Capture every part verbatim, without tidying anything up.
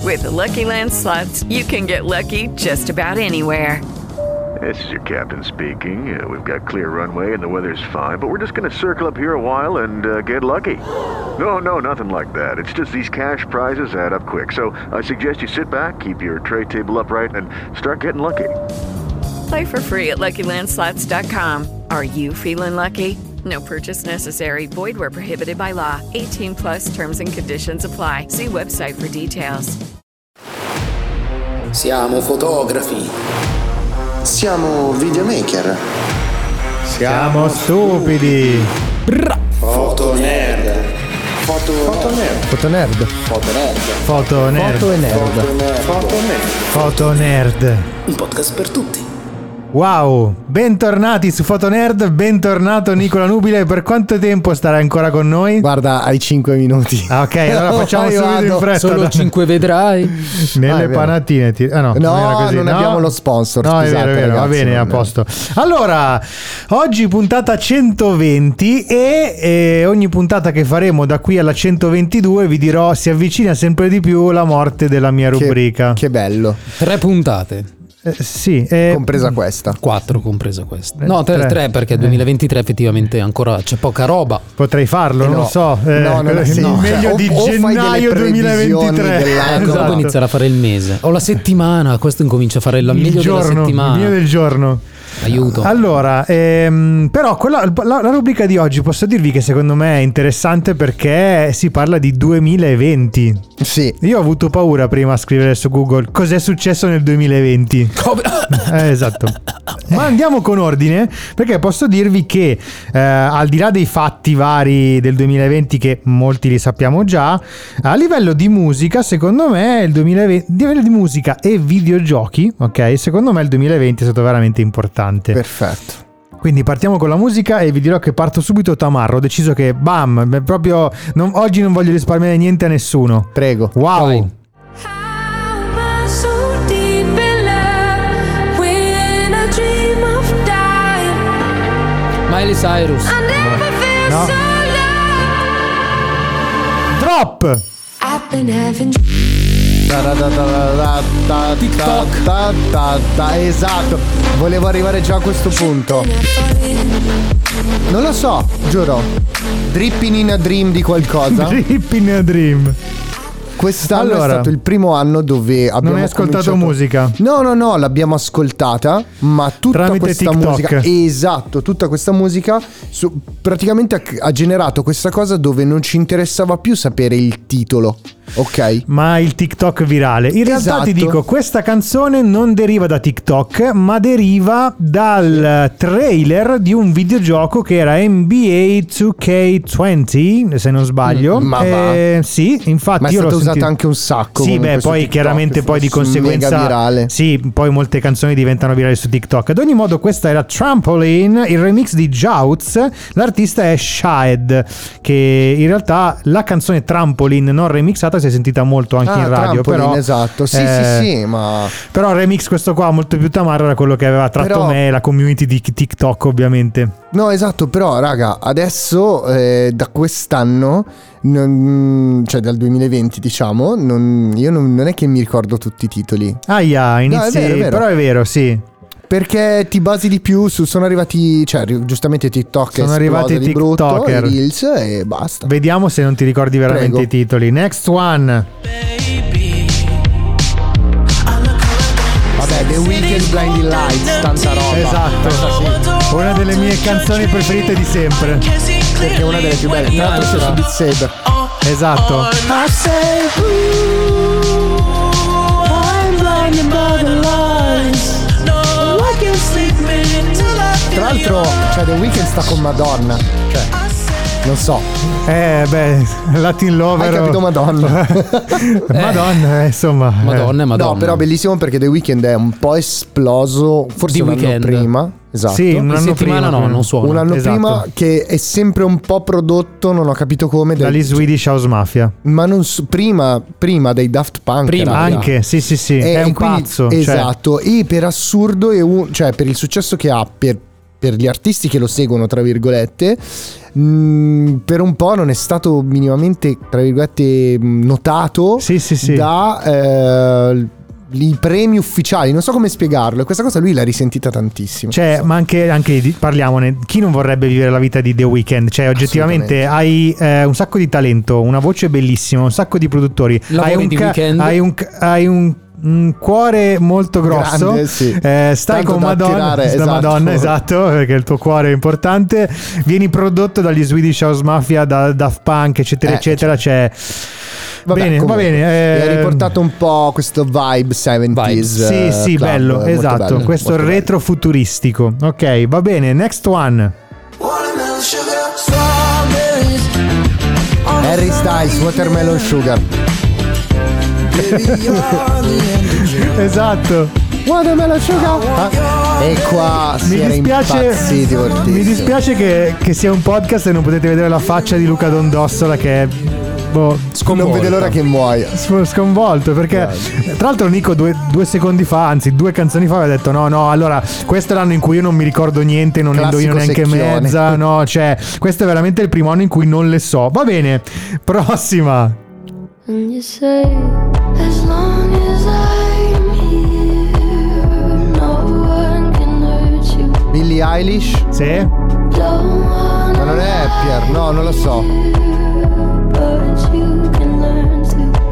With the Lucky Land Slots, you can get lucky just about anywhere. This is your captain speaking. Uh, we've got clear runway and the weather's fine, but we're just going to circle up here a while and uh, get lucky. No, no, nothing like that. It's just these cash prizes add up quick. So I suggest you sit back, keep your tray table upright, and start getting lucky. Play for free at Lucky Land Slots dot com. Are you feeling lucky? No purchase necessary. Void where prohibited by law. eighteen plus terms and conditions apply. See website for details. Siamo fotografi. Siamo videomaker. Siamo stupidi. Foto nerd. Foto, foto nerd. Foto nerd. Foto nerd. Foto nerd. Foto nerd. Foto nerd. Foto nerd. Un podcast per tutti. Wow, bentornati su Foto Nerd, bentornato Nicola Nubile. Per quanto tempo starai ancora con noi? Guarda, hai cinque minuti. Ah, ok, allora facciamo Io subito vado. in fretta. Solo cinque vedrai. Nelle Ah, panatine ti... ah, no, No, non, era così. non no? abbiamo lo sponsor, No, scusate, è vero, è vero, ragazzi, va bene, non a è- posto. Allora, oggi puntata centoventi e, e ogni puntata che faremo da qui alla centoventidue vi dirò si avvicina sempre di più la morte della mia Che- rubrica. Che bello. Tre puntate. Eh, sì, eh, Compresa questa. Quattro compresa questa. Eh, No, tre, tre. tre perché duemilaventitré effettivamente ancora c'è poca roba. potrei farlo, Eh non no. lo so. Eh, No, non ha il senso. meglio O- di o fai delle gennaio previsioni duemilaventitré. dell'anno. Dopo Esatto. iniziare a fare il mese. O la settimana, questo incomincia a fare la Il meglio giorno, della settimana. il mio del giorno. Aiuto. Allora, ehm, però quella, la, la rubrica di oggi posso dirvi che secondo me è interessante perché si parla di duemilaventi. Sì. Io ho avuto paura prima a scrivere su Google cos'è successo nel duemilaventi. Come- Eh, esatto. Ma andiamo con ordine, perché posso dirvi che eh, al di là dei fatti vari del duemilaventi che molti li sappiamo già, a livello di musica secondo me il duemilaventi, a livello di musica e videogiochi, ok, secondo me il duemilaventi è stato veramente importante. Perfetto. Quindi partiamo con la musica e vi dirò che parto subito tamarro. Ho deciso che bam, beh, proprio non- oggi non voglio risparmiare niente a nessuno. Prego. Wow. Vai. Miley Cyrus. No. Drop. TikTok. Esatto. Volevo arrivare già a questo punto. Non lo so, giuro. Dripping in a dream di qualcosa. Dripping a dream. Quest'anno Allora, è stato il primo anno dove abbiamo hai ascoltato cominciato- musica? No, no, no, l'abbiamo ascoltata, ma tutta Tramite questa TikTok. musica, esatto, tutta questa musica su- praticamente ha, ha generato questa cosa dove non ci interessava più sapere il titolo, ok? Ma il TikTok virale. In realtà Esatto. ti dico, questa canzone non deriva da TikTok, ma deriva dal trailer di un videogioco che era N B A two K twenty, se non sbaglio. Mm, ma Eh, sì, infatti Ma è io l'ho stata usata sentito. anche un sacco. Sì, comunque beh, su poi TikTok, chiaramente poi di fu conseguenza mega virale. sì, poi molte canzoni diventano virali su TikTok. Ad ogni modo questa era Trampoline, il remix di Jouts, l'artista è Shahed, che in realtà la canzone Trampoline non remixata si è sentita molto anche Ah, in radio, Trampoline, però esatto. Sì, eh, sì, sì, ma però il remix questo qua molto più tamarro era quello che aveva tratto Però- me e la community di TikTok, ovviamente. no, esatto, però raga, adesso eh, da quest'anno non- cioè dal duemilaventi, diciamo, non, io non, non è che mi ricordo tutti i titoli. Aia, inizi, vero, è vero. però è vero, sì. Perché ti basi di più su sono arrivati, cioè giustamente TikTok Sono è arrivati esplosa i di brutto, TikToker. i Reels e basta. Vediamo se non ti ricordi veramente Prego. i titoli. Next one. Vabbè, The Weeknd, Blinding Lights, tanta roba. Esatto. Una delle mie canzoni preferite di sempre. Perché è una delle più belle. Tra l'altro c'è su Beat Saber. Esatto. Tra l'altro, cioè The Weeknd sta con Madonna. Cioè, non so. Eh beh, Latin Lover. Hai capito Madonna? Madonna, eh, insomma. Madonna e Madonna. No, però bellissimo perché The Weeknd è un po' esploso. Forse The un anno Weeknd. prima. Esatto. Sì, un In anno settimana prima. no, non suona. Un anno Esatto. prima che è sempre un po' prodotto, non ho capito come. dai- Dagli Swedish House Mafia. Ma non so, prima, prima dei Daft Punk. Prima, raga. Anche, sì, sì, sì. E- è e un quindi- pazzo. Cioè, Esatto. E per assurdo, è un, cioè per il successo che ha, per per gli artisti che lo seguono, tra virgolette, mh, per un po' non è stato minimamente, tra virgolette, notato Sì, sì, sì. da eh, i premi ufficiali, non so come spiegarlo, e questa cosa lui l'ha risentita tantissimo. Cioè, ma anche, anche di- parliamone, chi non vorrebbe vivere la vita di The Weeknd? Cioè, oggettivamente hai eh, un sacco di talento, una voce bellissima, un sacco di produttori, Lavori hai un, di ca- Weeknd. hai un, ca- hai un un cuore molto grosso. Grande, sì. Eh, stai Tanto con da Madonna, attirare, sta esatto. Madonna, esatto, perché il tuo cuore è importante. Vieni prodotto dagli Swedish House Mafia, da Daft Punk, eccetera, Eh, eccetera. C'è. Vabbè, bene, comunque, va bene. mi ha eh, riportato un po' questo vibe seventies. Sì, sì, club, bello, molto esatto. bello, Questo molto bello. retro futuristico. Ok, va bene. Next one. Harry Styles, Watermelon Sugar. Esatto. Watermelon Sugar. Ah, e qua si Mi era dispiace, impazziti fortissimo. mi dispiace che, che sia un podcast e non potete vedere la faccia di Luca Dondossola che è boh, Non vede l'ora che muoia. sf- sconvolto perché tra l'altro Nico due, due secondi fa, anzi due canzoni fa aveva detto no no allora questo è l'anno in cui io non mi ricordo niente, non ne Classico indovino neanche secchione. mezza, no, cioè questo è veramente il primo anno in cui non le so. Va bene, prossima. And you say, as long as I'm here, no one can hurt you. Billie Eilish? Sì? Don't wanna Ma non è Pierre, no, non lo so. but you can learn to.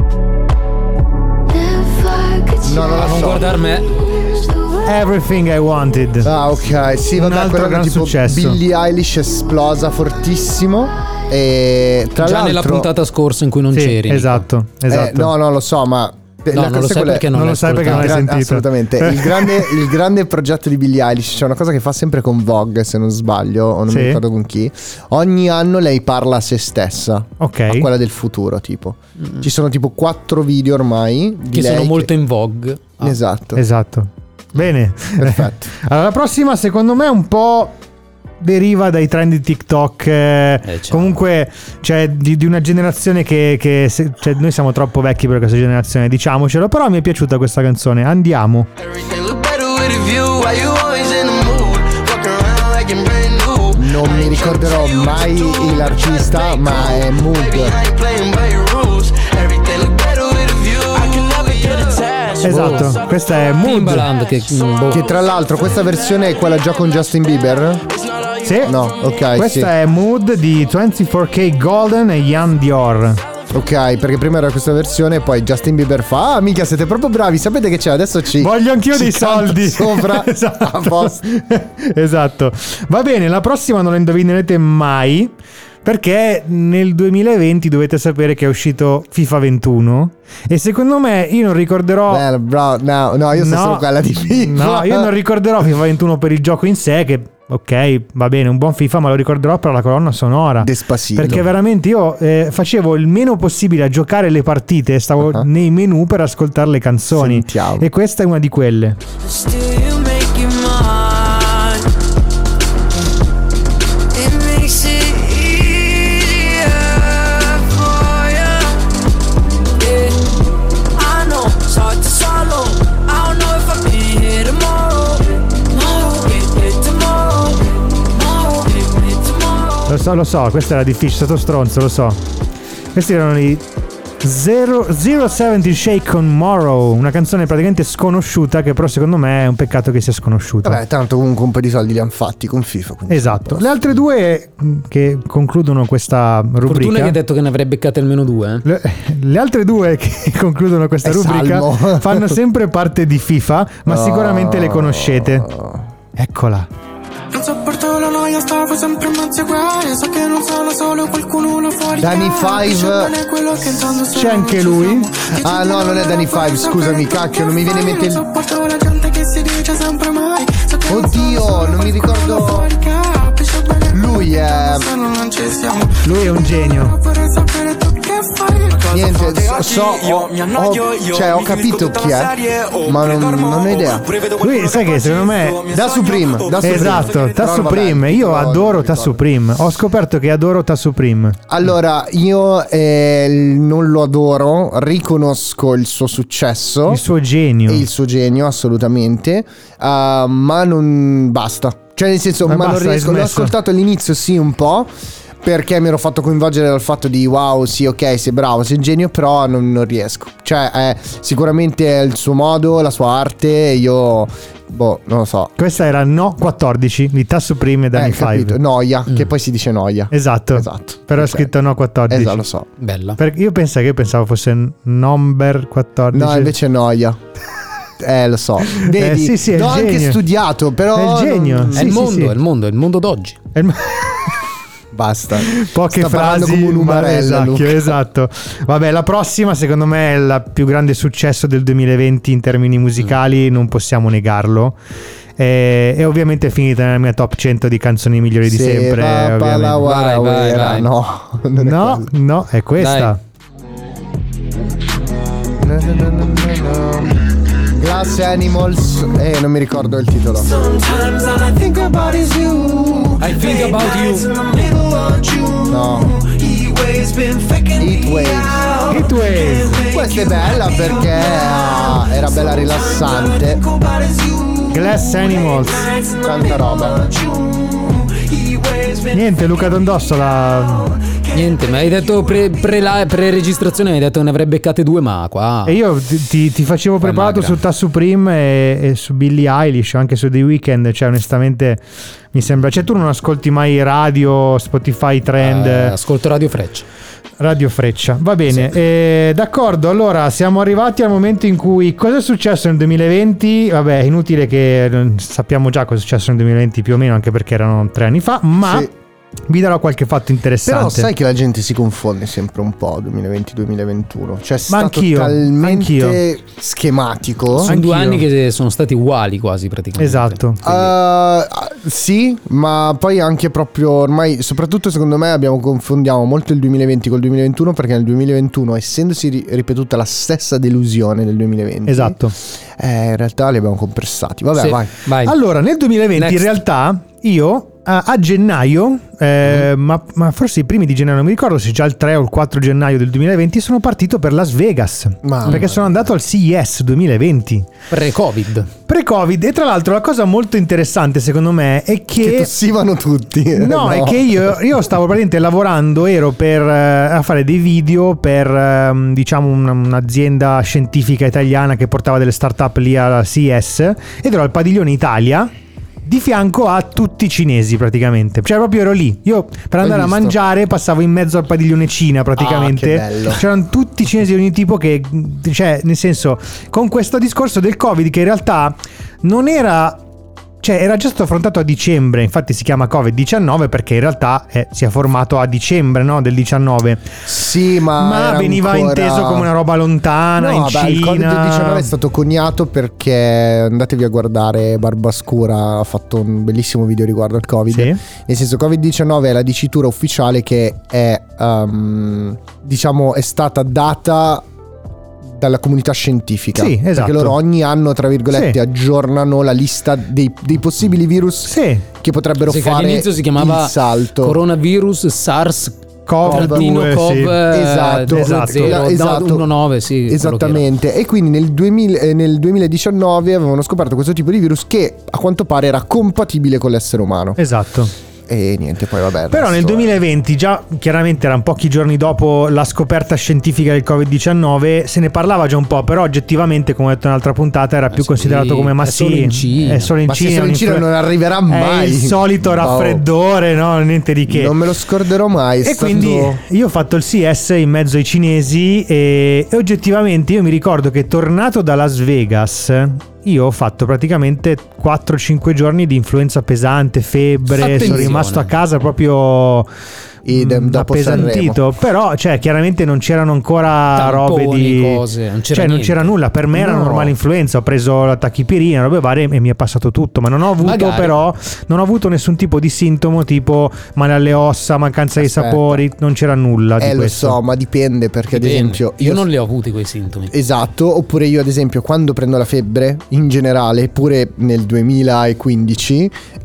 If I could No, non la Non so. guardar me. change the way Everything I Wanted. Ah, ok, sì, Un vabbè, altro quello gran tipo successo. Billie Eilish esplosa fortissimo. E tra Già l'altro nella puntata scorsa in cui non Sì, c'eri. Nico. esatto, esatto. Eh, no, no, lo so, ma No, non lo sai perché non, non lo l'hai sai perché non ascoltato. l'hai Gran- sentito. assolutamente. Il grande, il grande progetto di Billie Eilish, c'è una cosa che fa sempre con Vogue, se non sbaglio, o non Sì. mi ricordo con chi. Ogni anno lei parla a se stessa, Ok. a quella del futuro, tipo. Ci sono tipo quattro video ormai di Che lei sono molto in vogue. Ah. Esatto. Esatto. Bene. Perfetto. Allora, la prossima secondo me è un po' deriva dai trend di TikTok. eh, certo. Comunque, cioè, di, di una generazione che, che se- cioè, noi siamo troppo vecchi per questa generazione, diciamocelo. Però mi è piaciuta questa canzone. Andiamo. Non mi ricorderò mai l'artista, ma è Mood. Esatto, questa è Mood. Timbaland che, boh. Che tra l'altro questa versione è quella già con Justin Bieber? Sì. No, ok, Questa sì. è Mood di ventiquattro K Golden e Ian Dior. Ok, perché prima era questa versione e poi Justin Bieber fa: ah, mica siete proprio bravi, sapete che c'è, adesso ci Voglio anch'io ci dei canta soldi sopra. Esatto. A posto. Esatto. Va bene, la prossima non la indovinerete mai, perché nel duemilaventi dovete sapere che è uscito FIFA ventuno e secondo me io non ricorderò Beh, bro, no, no, io so No. solo quella di FIFA. No, io non ricorderò FIFA ventuno per il gioco in sé, che ok, va bene, un buon FIFA, ma lo ricorderò per la colonna sonora. Despacito. Perché veramente io eh, facevo il meno possibile a giocare le partite, stavo Uh-huh. nei menu per ascoltare le canzoni. Sentiamo. E questa è una di quelle. Still you make it mine. It makes it easier for you. Yeah, I know it's hard to swallow. I don't know if I'll be here tomorrow. Tomorrow, yeah, yeah, tomorrow. Tomorrow, yeah, yeah, tomorrow. Lo so, lo so, questo era difficile, stato stronzo, lo so. Questi erano i zero zero seventy Shake on Morrow, una canzone praticamente sconosciuta che però secondo me è un peccato che sia sconosciuta. Vabbè, tanto comunque un po' di soldi li hanno fatti con FIFA. quindi Esatto. Le altre due mh, che concludono questa Fortuna rubrica. che hai detto che ne avrei beccate almeno due. eh. Le, le altre due che concludono questa È rubrica Salmo. fanno sempre parte di FIFA, ma sicuramente le conoscete. Eccola. Non sopporto la noia, stavo sempre in mezzo ai guai. So che non sono solo qualcuno là fuori. Danny Five. C'è anche lui? Ah, no, non è Danny Five, scusami, cacchio, non mi viene in mente il... Sopporto la gente che si dice sempre mai. So che Oddio, non mi ricordo. Lui è... non ci siamo. Lui è un genio. Vorrei sapere tu che fai. Niente, so, so ho, ho- cioè ho capito chi è, ma non, non ho idea. Lui, sai che secondo me Da Supreme, da Supreme. esatto, Ta Però Supreme. vabbè, Io però adoro non Ta ricordo. Supreme. Ho scoperto che adoro Ta Supreme. Allora, io eh, non lo adoro, riconosco il suo successo Il suo genio. e il suo genio, assolutamente, uh, ma non basta. Cioè nel senso, Ma ma, non basta, hai riesco. L'ho smesso. ascoltato all'inizio sì un po', perché mi ero fatto coinvolgere dal fatto di wow, sì, ok, sei bravo, sei un genio, però non, non riesco. Cioè è sicuramente è il suo modo, la sua arte, e io boh, non lo so. Questa era No quattordici di Tasso Prime e Danny Eh, capito, Five. noia, che poi si dice noia. Esatto. Esatto. Però è Ok. scritto No quattordici. Esatto, lo so. Bella. Perché io pensavo che io pensavo fosse Number quattordici. No, invece è noia. Eh, lo so. Vedi, Eh, sì, sì, è l'ho il anche genio. studiato, però È il genio. non- È Sì, il sì, mondo, sì. è il mondo, è il mondo d'oggi. È il- Basta. Poche Sta parlando frasi, come un ma umarello, esatto, Luca. esatto. Vabbè, la prossima secondo me è il più grande successo del duemilaventi in termini musicali, non possiamo negarlo. E, e ovviamente è finita nella mia top cento di canzoni migliori di Se sempre. va, ovviamente. la, Vai, vai, guerra. vai. No, non è No, quello. no, è questa. No, no, no, no, no. Glass Animals. Eh, non mi ricordo il titolo. Sometimes all I think about is you. I think about you. In the middle of June. No. Heatwave's been faking me Heatwave. out. Heatwave. Questa è bella perché ah, era bella rilassante. Think about is you. Glass Animals. Tanta roba. Heatwave's been Niente, Luca D'Ondossola. Niente, ma hai detto pre, pre, la- pre-registrazione, hai detto che ne avrei beccate due, ma qua. E io ti, ti- ti facevo Fai preparato magra. su Tasso Prime e, e su Billie Eilish, anche su The Weeknd. Cioè, onestamente, mi sembra. Cioè, tu non ascolti mai radio, Spotify Trend, Eh, ascolto Radio Freccia. Radio Freccia. Va bene, eh, d'accordo. Allora, siamo arrivati al momento in cui cosa è successo nel duemilaventi? Vabbè, è inutile che eh, sappiamo già cosa è successo nel duemilaventi più o meno, anche perché erano tre anni fa, ma Sì. vi darò qualche fatto interessante. Però sai che la gente si confonde sempre un po' duemilaventi duemilaventuno. Cioè è Ma stato anch'io, talmente anch'io. schematico. Sono Anch'io. due anni che sono stati uguali quasi praticamente. Esatto. Uh, sì, ma poi anche proprio ormai, soprattutto secondo me abbiamo confondiamo molto il duemilaventi col duemilaventuno, perché nel duemilaventuno, essendosi ri- ripetuta la stessa delusione del duemilaventi, Esatto. eh, in realtà li abbiamo compressati. Vabbè, Sì, vai. vai. Allora, nel duemilaventi Next. in realtà io a, a gennaio, eh, Mm. ma, ma forse i primi di gennaio, non mi ricordo se già il tre o il quattro gennaio del duemilaventi, sono partito per Las Vegas. Mamma perché sono andato al C E S duemilaventi. Pre-Covid. Pre-Covid. E tra l'altro la cosa molto interessante secondo me è Che che... tossivano tutti. No, è che io, io stavo praticamente lavorando, ero per eh, a fare dei video per ehm, diciamo un- un'azienda scientifica italiana che portava delle startup lì alla C E S, ed ero al padiglione Italia di fianco a tutti i cinesi praticamente. Cioè proprio ero lì. Io per andare a visto? mangiare passavo in mezzo al padiglione Cina praticamente. Ah, che bello. C'erano tutti i cinesi di ogni tipo che, cioè nel senso, con questo discorso del Covid che in realtà non era... Cioè era già stato affrontato a dicembre, infatti si chiama covid diciannove perché in realtà eh, si è formato a dicembre, no, del diciannove. Sì, ma, Ma era veniva ancora... inteso come una roba lontana, No, in vabbè, il covid Cina. diciannove è stato coniato perché andatevi a guardare Barbascura, ha fatto un bellissimo video riguardo al Covid. Sì. Nel senso, covid diciannove è la dicitura ufficiale che è um, diciamo è stata data dalla comunità scientifica. Sì, esatto. Perché loro ogni anno, tra virgolette, Sì. aggiornano la lista dei, dei possibili virus Sì. che potrebbero Sì, che fare all'inizio si chiamava il salto. coronavirus SARS Cov trattino due, Cov sì. eh, Esatto, esatto. zero, La- no, esatto. diciannove, sì, quello che era. Esattamente. E quindi nel, duemila, eh, nel duemiladiciannove avevano scoperto questo tipo di virus che a quanto pare era compatibile con l'essere umano. Esatto. E niente, poi vabbè. il Però nel resto è- duemilaventi, già chiaramente erano pochi giorni dopo la scoperta scientifica del covid diciannove, se ne parlava già un po', però oggettivamente, come ho detto in un'altra puntata, era più sì, considerato come ma è solo sì, in Cina. è solo in Ma se Cina, solo in un Cina influ- non arriverà mai. È il solito Wow. raffreddore, no, niente di che. Non me lo scorderò mai. è E stato- quindi io ho fatto il C E S in mezzo ai cinesi e, e oggettivamente io mi ricordo che tornato da Las Vegas io ho fatto praticamente quattro cinque giorni di influenza pesante, febbre, sono Attenzione. rimasto a casa proprio Idem, mm, dopo appesantito. Però cioè chiaramente non c'erano ancora Tamponi, robe di cose, non c'era cioè non niente. c'era nulla, per me era No. normale influenza, ho preso la tachipirina, robe varie e mi è passato tutto, ma non ho avuto Magari. però non ho avuto nessun tipo di sintomo tipo male alle ossa, mancanza Aspetta. di sapori, non c'era nulla di Eh, lo questo. so, ma dipende perché Dipende. ad esempio io non li ho avuti quei sintomi. Esatto, oppure io ad esempio quando prendo la febbre in generale, pure nel duemilaquindici,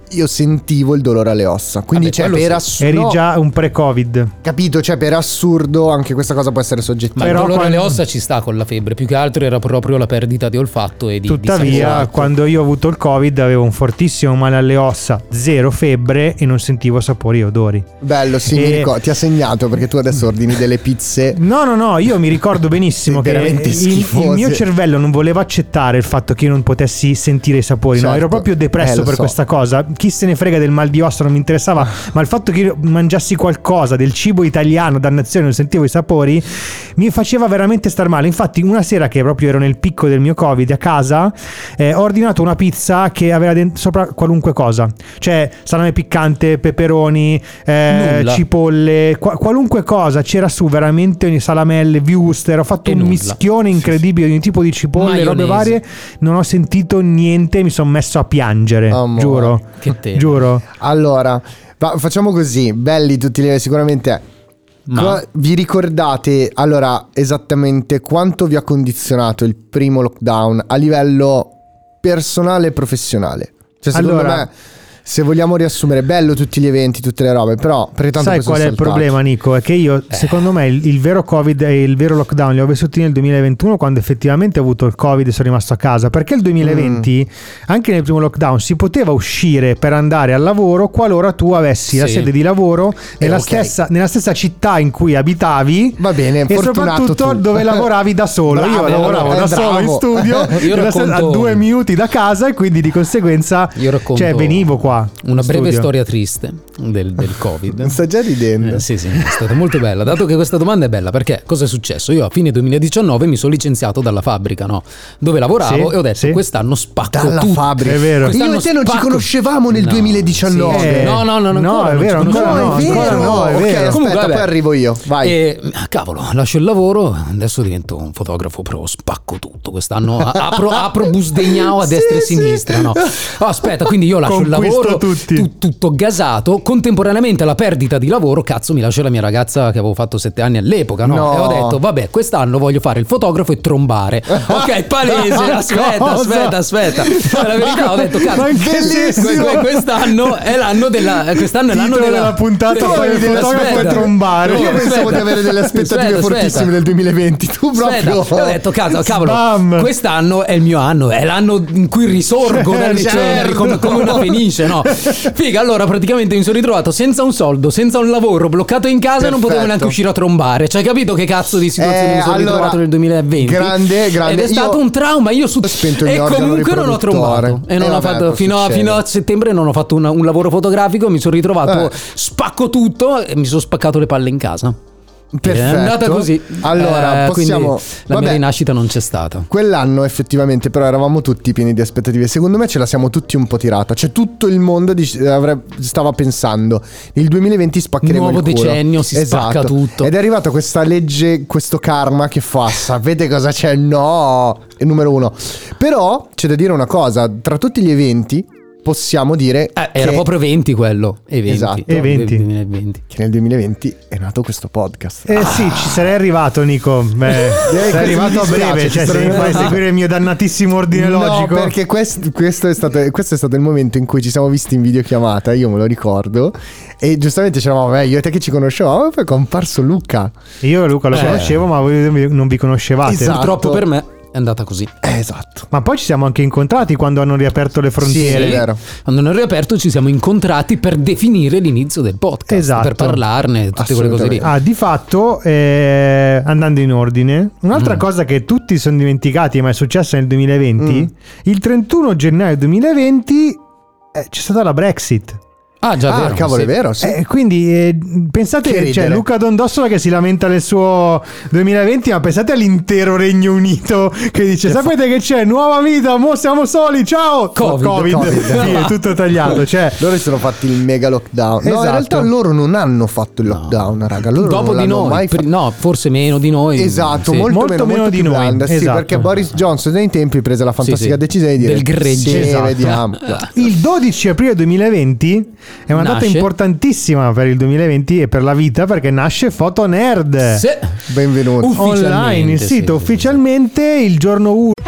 io sentivo il dolore alle ossa. Quindi Vabbè, cioè quello per sì. assurdo, Eri già un pre-Covid. capito, cioè per assurdo anche questa cosa può essere soggettiva. Ma Però il dolore quando- alle ossa ci sta con la febbre, più che altro era proprio la perdita di olfatto e di Tuttavia, di sapore. quando io ho avuto il Covid avevo un fortissimo male alle ossa, zero febbre e non sentivo sapori e odori. Bello, sì, mi E- ricordo, ti ha segnato perché tu adesso ordini delle pizze. No, no, no, io mi ricordo benissimo che Veramente il, schifose. il mio cervello non voleva accettare il fatto che io non potessi sentire i sapori, no? Certo. Ero proprio depresso Eh, lo per so. questa cosa. Chi se ne frega del mal di ossa, non mi interessava, ma il fatto che io mangiassi qualcosa del cibo italiano, dannazione, non sentivo i sapori, mi faceva veramente star male. Infatti una sera che proprio ero nel picco del mio Covid a casa, eh, ho ordinato una pizza che aveva dent- sopra qualunque cosa, cioè salame piccante, peperoni, eh, Nulla. cipolle, qua- qualunque cosa c'era su, veramente ogni salamelle, wuster, ho fatto E un nulla. mischione incredibile di ogni tipo di cipolle, robe Maionese. varie, non ho sentito niente, mi sono messo a piangere, Amore. giuro, Che te. giuro. Allora, va- facciamo così, belli tutti li- sicuramente. Ma- Co- vi ricordate allora esattamente quanto vi ha condizionato il primo lockdown a livello personale e professionale? Cioè, secondo Allora- me, se vogliamo riassumere, bello tutti gli eventi, tutte le robe, però perché tanto Sai poi sono qual è il saltati. problema, Nico? È che io, secondo me, il, il vero Covid e il vero lockdown li ho vissuti nel duemilaventuno, quando effettivamente ho avuto il Covid e sono rimasto a casa. Perché il duemilaventi, Mm. anche nel primo lockdown, si poteva uscire per andare al lavoro qualora tu avessi la Sì. sede di lavoro nella, ok. stessa, nella stessa città in cui abitavi. Va bene, e fortunato soprattutto tu. dove lavoravi da solo. Bravo, io lavoravo eh, da solo in bravo. studio, Io nella stessa- a racconto- due minuti da casa, e quindi di conseguenza Io racconto cioè, venivo qua. una in breve studio. storia triste del, del Covid. Sta già ridendo. Eh, sì, sì, è stata molto bella. Dato che questa domanda è bella, perché cosa è successo? Io a fine duemiladiciannove mi sono licenziato dalla fabbrica, no? Dove lavoravo, Sì, e ho detto sì. quest'anno spacco Dalla tutto. fabbrica. È vero. Io Quest'anno e te non ci spacco- conoscevamo nel No, duemiladiciannove. sì. Eh, No, no, no, no, ancora è non vero, ci ancora conosciamo. no, è ancora vero. no, è ok, vero. aspetta, Comunque, poi vabbè. arrivo io. Vai. E ah, cavolo, lascio il lavoro, adesso divento un fotografo pro, spacco tutto. Quest'anno a- apro, apro Busdegnao a destra e Sì, sinistra, no? Oh, aspetta, quindi io lascio il Conquisto lavoro tutti. tu- tutto gasato, contemporaneamente alla perdita di lavoro, cazzo, mi lascio la mia ragazza che avevo fatto sette anni all'epoca, no? No. E ho detto, vabbè, quest'anno voglio fare il fotografo e trombare. Ok, palese, aspetta, Cosa? aspetta, aspetta. La verità, ho detto, cazzo, Ma in che que- senso? que- quest'anno è l'anno della quest'anno è l'anno Titolo della, della puntata, Sì, fare il aspetta, fotografo e aspetta. trombare. No, Io pensavo aspetta. di avere delle aspettative Aspetta, fortissime aspetta. nel duemilaventi. Tu proprio. Aspetta, ho detto, cazzo, cavolo, Spam. quest'anno è il mio anno, è l'anno in cui risorgo dalle Certo. ceneri come, come una fenice, no? Figa, allora praticamente mi sono ritrovato senza un soldo, senza un lavoro, bloccato in casa e non potevo Perfetto. neanche uscire a trombare. Cioè, capito che cazzo di situazione Eh, mi sono allora, ritrovato nel duemilaventi? grande, grande. Ed è stato Io un trauma, io su ho spento il e mio organo comunque non ho riproduttore. trombato. E non Eh, ho vabbè, fatto può fino a, succedere. fino a settembre non ho fatto una- un lavoro fotografico, mi sono ritrovato Eh. spacco tutto e mi sono spaccato le palle in casa. Perfetto. È andata così. Allora, Eh, possiamo. quindi la Vabbè, mia rinascita non c'è stata. quell'anno effettivamente però eravamo tutti pieni di aspettative. Secondo me ce la siamo tutti un po' tirata. Cioè tutto il mondo dic- avrebbe- stava pensando il duemilaventi spaccheremo Nuovo il culo. decennio, si spacca Esatto. tutto. Ed è arrivata questa legge, questo karma che fa sapete cosa c'è? No, è numero uno. Però c'è da dire una cosa, tra tutti gli eventi possiamo dire Eh, era che, proprio venti quello. Eventi. Esatto. Eventi. duemilaventi. che nel duemilaventi è nato questo podcast. Eh sì, ci sarei arrivato, Nico. Beh, questo sei arrivato mi a dispiace, breve. ci Cioè, se sarei- fai seguire il mio dannatissimo ordine No, logico. perché quest- questo, è stato, questo è stato il momento in cui ci siamo visti in videochiamata, io me lo ricordo, e giustamente c'eravamo, eh, io e te che ci conoscevamo, e poi è comparso Luca. Io e Luca lo Eh. conoscevo, ma voi non vi conoscevate. Esatto. Purtroppo per me è andata così. Eh, esatto. Ma poi ci siamo anche incontrati quando hanno riaperto le frontiere. Sì, è vero. Quando hanno riaperto ci siamo incontrati per definire l'inizio del podcast. Esatto. Per parlarne, tutte quelle cose lì. Assolutamente. Ah, di fatto, eh, andando in ordine, un'altra Mm. cosa che tutti sono dimenticati, ma è successa nel duemilaventi, Mm. il trentuno gennaio duemilaventi eh, c'è stata la Brexit. Ah, già, Ah, vero, cavolo, sì. è vero, sì. Eh, quindi eh, pensate, Che c'è ridere. Luca Dondossola che si lamenta del suo duemilaventi, ma pensate all'intero Regno Unito che dice: sapete che c'è? Nuova vita, mo siamo soli, ciao! Covid, Covid. Covid. Sì, è tutto tagliato. Cioè, Loro si sono fatti il mega lockdown. No, Esatto. in realtà loro non hanno fatto il lockdown, raga. Loro Dopo non di l'hanno noi, mai per- fatto. no, forse meno di noi. Esatto, Sì. molto, Molto meno, meno molto di più noi, blanda, sì, esatto. perché Boris Johnson nei tempi prese la fantastica sì. decisione di dire Del gregge. Sì, Esatto. vediamo. il dodici aprile duemilaventi è una data Nasce. importantissima per il duemilaventi e per la vita, perché nasce Fotonerd Sì. Benvenuti. Ufficialmente, online, il sì, sito sì, sì. ufficialmente il giorno uno.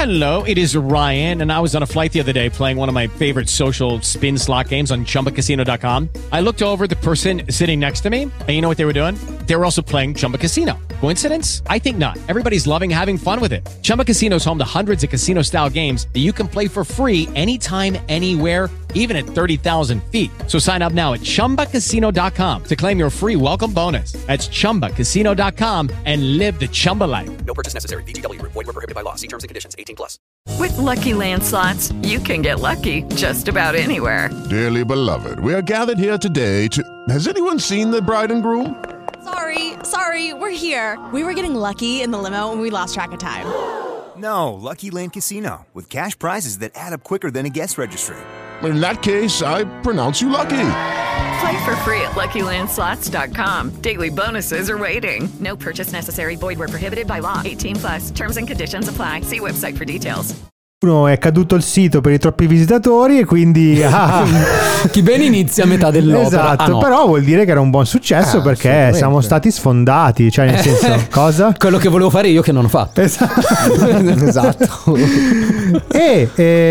Hello, it is Ryan, and I was on a flight the other day playing one of my favorite social spin slot games on chumba casino dot com. I looked over at the person sitting next to me, and you know what they were doing? They were also playing Chumba Casino. Coincidence? I think not. Everybody's loving having fun with it. Chumba Casino is home to hundreds of casino-style games that you can play for free anytime, anywhere, even at thirty thousand feet. So sign up now at chumba casino dot com to claim your free welcome bonus. That's chumba casino dot com and live the Chumba life. No purchase necessary. V G W. Void where prohibited by law. See terms and conditions. eighteen plus. With Lucky Land Slots, you can get lucky just about anywhere. Dearly beloved, we are gathered here today to... Has anyone seen the bride and groom? Sorry, sorry, we're here. We were getting lucky in the limo and we lost track of time. No, Lucky Land Casino, with cash prizes that add up quicker than a guest registry. In that case, I pronounce you lucky. Play for free at lucky land slots dot com. Daily bonuses are waiting. No purchase necessary. Void where prohibited by law. eighteen plus. Terms and conditions apply. See website for details. Uno è caduto il sito per i troppi visitatori e quindi ah, chi bene inizia a metà dell'opera. Esatto, ah, no. Però vuol dire che era un buon successo Ah, perché siamo stati sfondati, cioè nel senso cosa? Quello che volevo fare io che non ho fatto. Esatto. Esatto. E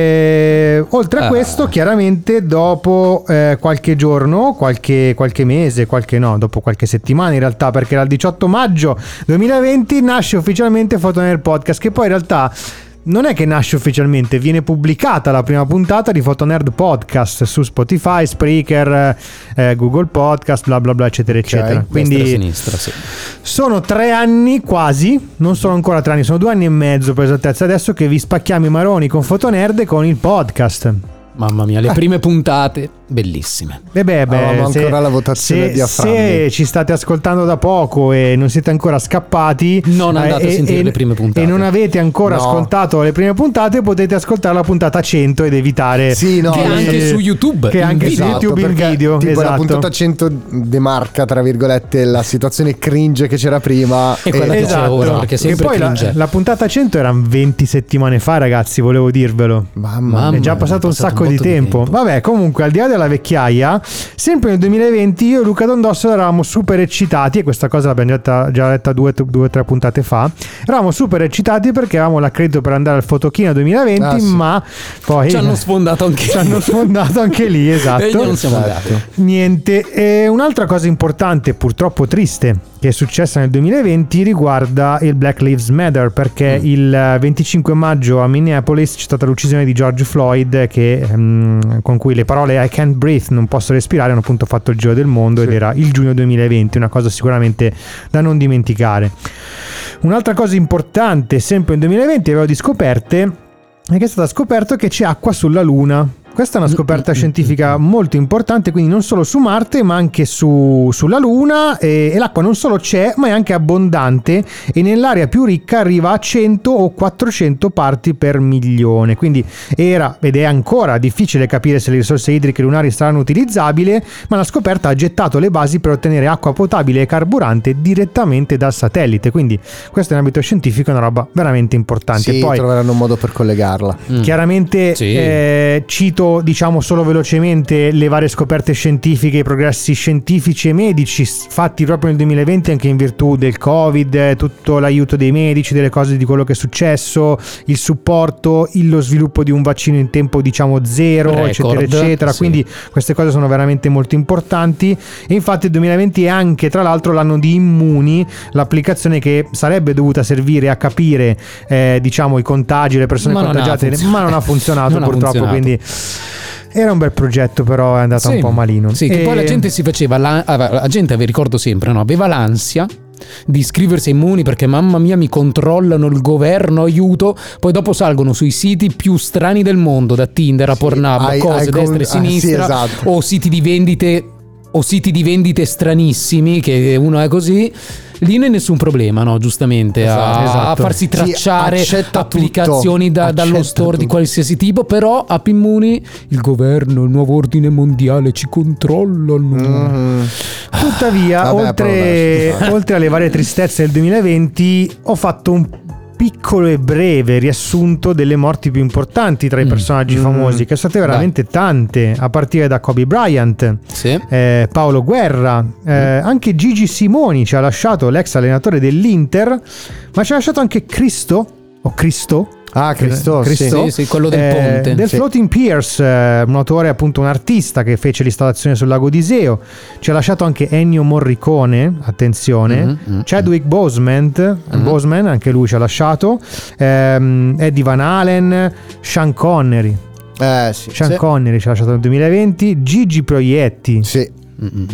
eh, oltre a Ah. questo, chiaramente dopo eh, qualche giorno, qualche, qualche mese, qualche no, dopo qualche settimana in realtà, perché era il diciotto maggio duemilaventi nasce ufficialmente Photoner Podcast, che poi in realtà non è che nasce ufficialmente, viene pubblicata la prima puntata di Photonerd Podcast su Spotify, Spreaker, eh, Google Podcast, bla bla bla, eccetera, eccetera. Quindi Destra, sinistra, sì. sono tre anni quasi, non sono ancora tre anni, sono due anni e mezzo per esattezza, adesso che vi spacchiamo i maroni con Photonerd e con il podcast. Mamma mia, le prime puntate bellissime. E beh, beh, Avevamo se, ancora la votazione se, diaframmi. se ci state ascoltando da poco e non siete ancora scappati, Non andate eh, a sentire e, le prime puntate. e non avete ancora No. ascoltato le prime puntate, potete ascoltare la puntata cento ed evitare Sì, no, Che eh, anche su YouTube, che in anche su video. YouTube in perché, video, tipo esatto. la puntata cento demarca tra virgolette la situazione cringe che c'era prima E quella che c'è Esatto. ora, perché Che sempre poi la, cringe. la puntata cento erano venti settimane fa, ragazzi, volevo dirvelo. Mamma Mamma È già mia, passato un è passato sacco un di botto di tempo. tempo. Vabbè, comunque, al di là della vecchiaia, sempre nel duemilaventi io e Luca Dondosso eravamo super eccitati, e questa cosa l'abbiamo detta, già detta due o tre puntate fa. Eravamo super eccitati perché avevamo l'accredito per andare al Fotochina duemilaventi, Ah, sì. ma poi Ci hanno sfondato anche ci hanno sfondato anche lì, esatto. E noi non siamo andati. Niente, e un'altra cosa importante, purtroppo triste, che è successa nel duemilaventi riguarda il Black Lives Matter, perché Mm. il venticinque maggio a Minneapolis c'è stata l'uccisione di George Floyd, che, ehm, con cui le parole I can't breathe, non posso respirare, hanno appunto fatto il giro del mondo, ed era il giugno duemilaventi, una cosa sicuramente da non dimenticare. Un'altra cosa importante, sempre nel duemilaventi, avevo di scoperte, è che è stata scoperto che c'è acqua sulla Luna. Questa è una scoperta scientifica molto importante, quindi non solo su Marte ma anche su, sulla Luna, e, e l'acqua non solo c'è ma è anche abbondante, e nell'area più ricca arriva a cento o quattrocento parti per milione, quindi era ed è ancora difficile capire se le risorse idriche lunari saranno utilizzabili, ma la scoperta ha gettato le basi per ottenere acqua potabile e carburante direttamente dal satellite, quindi questo in ambito scientifico è una roba veramente importante. Sì, Poi troveranno un modo per collegarla. chiaramente Sì. eh, cito diciamo solo velocemente le varie scoperte scientifiche, i progressi scientifici e medici s- fatti proprio nel duemilaventi, anche in virtù del Covid, eh, tutto l'aiuto dei medici, delle cose di quello che è successo, il supporto, il- lo sviluppo di un vaccino in tempo diciamo zero, Record, eccetera eccetera, sì. quindi queste cose sono veramente molto importanti. E infatti il duemilaventi è anche tra l'altro l'anno di Immuni, l'applicazione che sarebbe dovuta servire a capire eh, diciamo i contagi, le persone Ma non ha contagiate, funzionato. ma non ha funzionato Non ha purtroppo, funzionato. quindi era un bel progetto, però è andata Sì. un po' malino. Sì, che E- poi la gente si faceva la, la gente, vi ricordo sempre, no? Aveva l'ansia di iscriversi ai Immuni perché mamma mia mi controllano il governo, aiuto. Poi dopo salgono sui siti più strani del mondo, da Tinder a Pornhub, hai- cose hai destra con- e ah, sì, sinistra, esatto. o siti di vendite o siti di vendite stranissimi, che uno è così. Lì non è nessun problema, no? Giustamente, a, Esatto, esatto. a farsi Sì, tracciare accetta applicazioni tutto, da- dallo accetta store di tutto. qualsiasi tipo. Però a Immuni il governo, il nuovo ordine mondiale ci controllano. Mm. Tuttavia, Vabbè, oltre, però dai, oltre alle varie tristezze del duemilaventi, ho fatto un piccolo e breve riassunto delle morti più importanti tra i personaggi Mm. famosi, che sono state veramente tante, a partire da Kobe Bryant, Sì. eh, Paolo Guerra, eh, anche Gigi Simoni ci ha lasciato, l'ex allenatore dell'Inter, ma ci ha lasciato anche Cristo o Cristo Ah, Cristo, Cristo? Sì, sì, quello del eh, ponte. Del Sì. Floating Piers, eh, un autore, appunto un artista che fece l'installazione sul lago di Iseo. Ci ha lasciato anche Ennio Morricone, attenzione, Mm-hmm, mm-hmm. Chadwick Boseman, Mm-hmm. Boseman, anche lui ci ha lasciato, ehm, Eddie Van Halen, Sean Connery. Eh sì. Sean sì. Connery ci ha lasciato nel duemilaventi, Gigi Proietti Sì. Mm-mm.